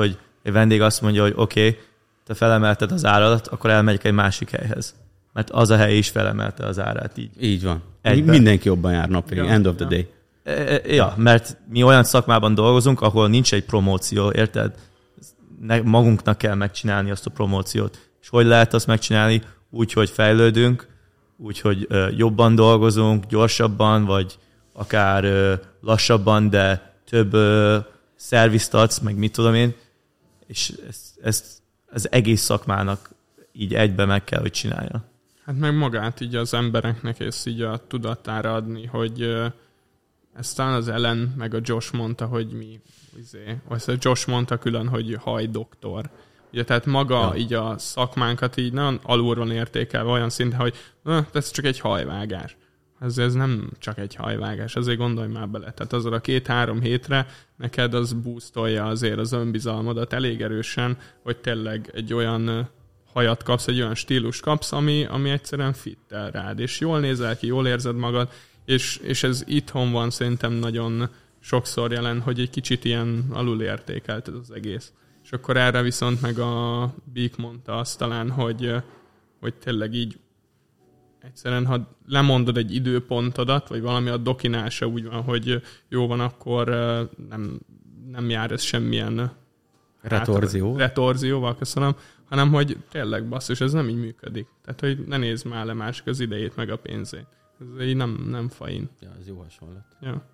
S3: egy vendég azt mondja, hogy oké, te felemelted az áradat, akkor elmegyek egy másik helyhez. Mert az a hely is felemelte az árát így.
S2: Így van.
S3: Egyben.
S2: Mindenki jobban jár napvégén. End of the day.
S3: Ja, mert mi olyan szakmában dolgozunk, ahol nincs egy promóció, érted? Magunknak kell megcsinálni azt a promóciót. És hogy lehet azt megcsinálni? Úgy, hogy fejlődünk, úgy, hogy jobban dolgozunk, gyorsabban, vagy akár lassabban, de több szervizt adsz, meg mit tudom én, és ezt az egész szakmának így egybe meg kell, hogy csinálja.
S1: Hát meg magát így az embereknek és így a tudatára adni, hogy ezt talán az Ellen meg a Josh mondta, hogy mi, vagy Josh mondta külön, hogy hajdoktor. Ugye, tehát maga így a szakmánkat így nagyon alulról értékelve olyan szinten, hogy ez csak egy hajvágás. Ez nem csak egy hajvágás, azért gondolj már bele. Tehát azon a 2-3 hétre neked az boostolja azért az önbizalmadat elég erősen, hogy tényleg egy olyan hajat kapsz, egy olyan stílus kapsz, ami egyszerűen fittel rád, és jól nézel ki, jól érzed magad, és ez itthon van szerintem nagyon sokszor jelen, hogy egy kicsit ilyen alulértékelt ez az egész. És akkor erre viszont meg a Beak mondta azt talán, hogy tényleg így egyszerűen, ha lemondod egy időpontodat, vagy valami a dokinál se úgy van, hogy jó van, akkor nem jár ez semmilyen retorzióval, köszönöm, hanem hogy tényleg basszus, ez nem így működik. Tehát, hogy ne nézd már le másik az idejét, meg a pénzét. Ez így nem fain.
S2: Ja, ez jó hasonlat.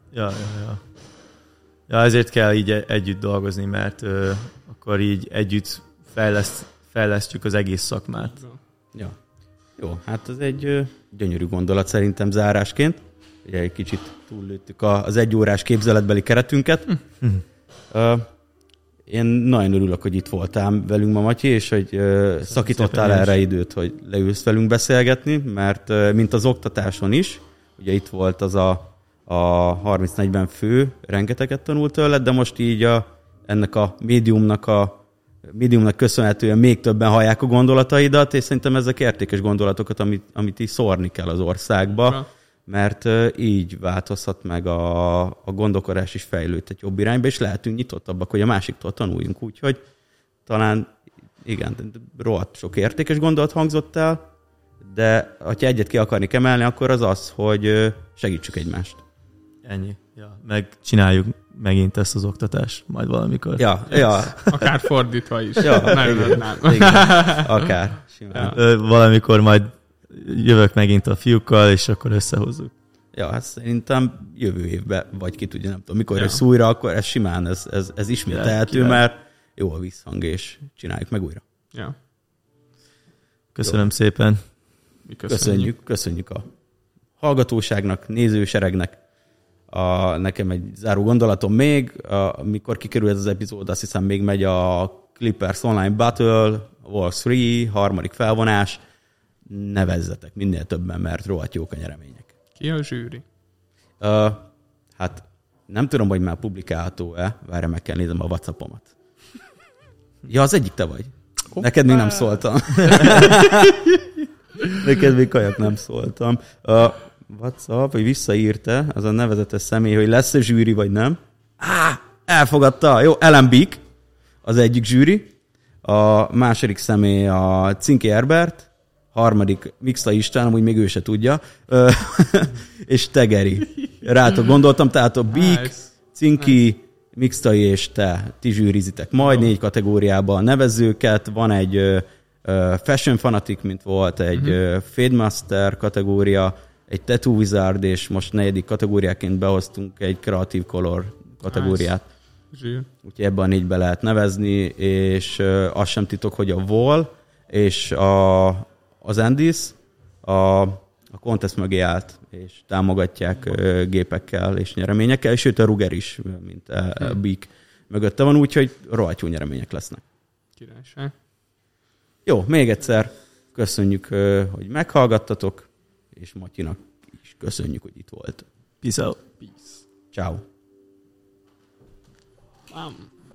S3: Ja, ezért kell így együtt dolgozni, mert akkor így együtt fejlesztjük az egész szakmát.
S2: Ja. Jó, hát ez egy gyönyörű gondolat szerintem zárásként. Ugye egy kicsit túllőttük az 1 órás képzeletbeli keretünket. Én nagyon örülök, hogy itt voltál velünk ma, Matyi, és hogy szakítottál erre időt, hogy leülsz velünk beszélgetni, mert mint az oktatáson is, ugye itt volt az a 30-40 fő, rengeteget tanult tőled, de most így ennek a médiumnak köszönhetően még többen hallják a gondolataidat, és szerintem ezek értékes gondolatokat, amit így szórni kell az országba, mert így változhat meg a gondolkodás is fejlődhet jobb irányba, és lehetünk nyitottabbak, hogy a másiktól tanuljunk. Úgyhogy talán igen, rohadt sok értékes gondolat hangzott el, de ha egyet ki akarnék emelni, akkor az, hogy segítsük egymást.
S3: Ennyi. Ja, meg csináljuk megint ezt az oktatást majd valamikor.
S2: Ja.
S1: Akár fordítva is.
S2: Igen, akár.
S3: Ja. Valamikor majd jövök megint a fiúkkal, és akkor összehozzuk.
S2: Ja, hát szerintem jövő évben, vagy ki tudja, nem tudom, mikor jössz újra, akkor ez simán, ez ismételhető, mert jó a visszhang, és csináljuk meg újra.
S1: Ja.
S3: Köszönöm szépen.
S2: Köszönjük a hallgatóságnak, nézőseregnek. Nekem egy záró gondolatom még, amikor kikerül ez az epizód, azt hiszem még megy a Clippers Online Battle, Wars 3, 3. felvonás. Nevezzetek minél többen, mert rohadt jók a nyeremények.
S1: Ki a zsűri?
S2: Hát nem tudom, hogy már publikálható-e. Várj, meg kell nézem a WhatsAppomat. Ja, az egyik te vagy. Neked még nem szóltam. Neked még kajak nem szóltam. WhatsApp, hogy visszaírta az a nevezetes személy, hogy lesz-e zsűri, vagy nem. Elfogadta. Jó, Ellen Beak az egyik zsűri. A második személy a Cinki Herbert, harmadik Mixta István, amúgy még ő se tudja, és Tegeri. Rátok gondoltam, tehát a Beak, Cinki, Mixtai és ti zsűrizitek majd 4 kategóriában nevezőket. Van egy Fashion Fanatic, mint volt, egy Fade Master kategória, egy Tattoo Wizard, és most 4. kategóriáként behoztunk egy Creative Color kategóriát.
S1: Nice.
S2: Úgyhogy ebben a 4-be lehet nevezni, és az sem titok, hogy a Wall és az Andis a contest mögé állt, és támogatják gépekkel és nyereményekkel, és sőt a Ruger is, mint a Beak mögötte van, úgyhogy rohadt jó nyeremények lesznek.
S1: Királyság.
S2: Jó, még egyszer köszönjük, hogy meghallgattatok, és Matyinak is köszönjük, hogy itt volt.
S3: Peace out.
S1: Peace.
S2: Ciao.
S1: Bam.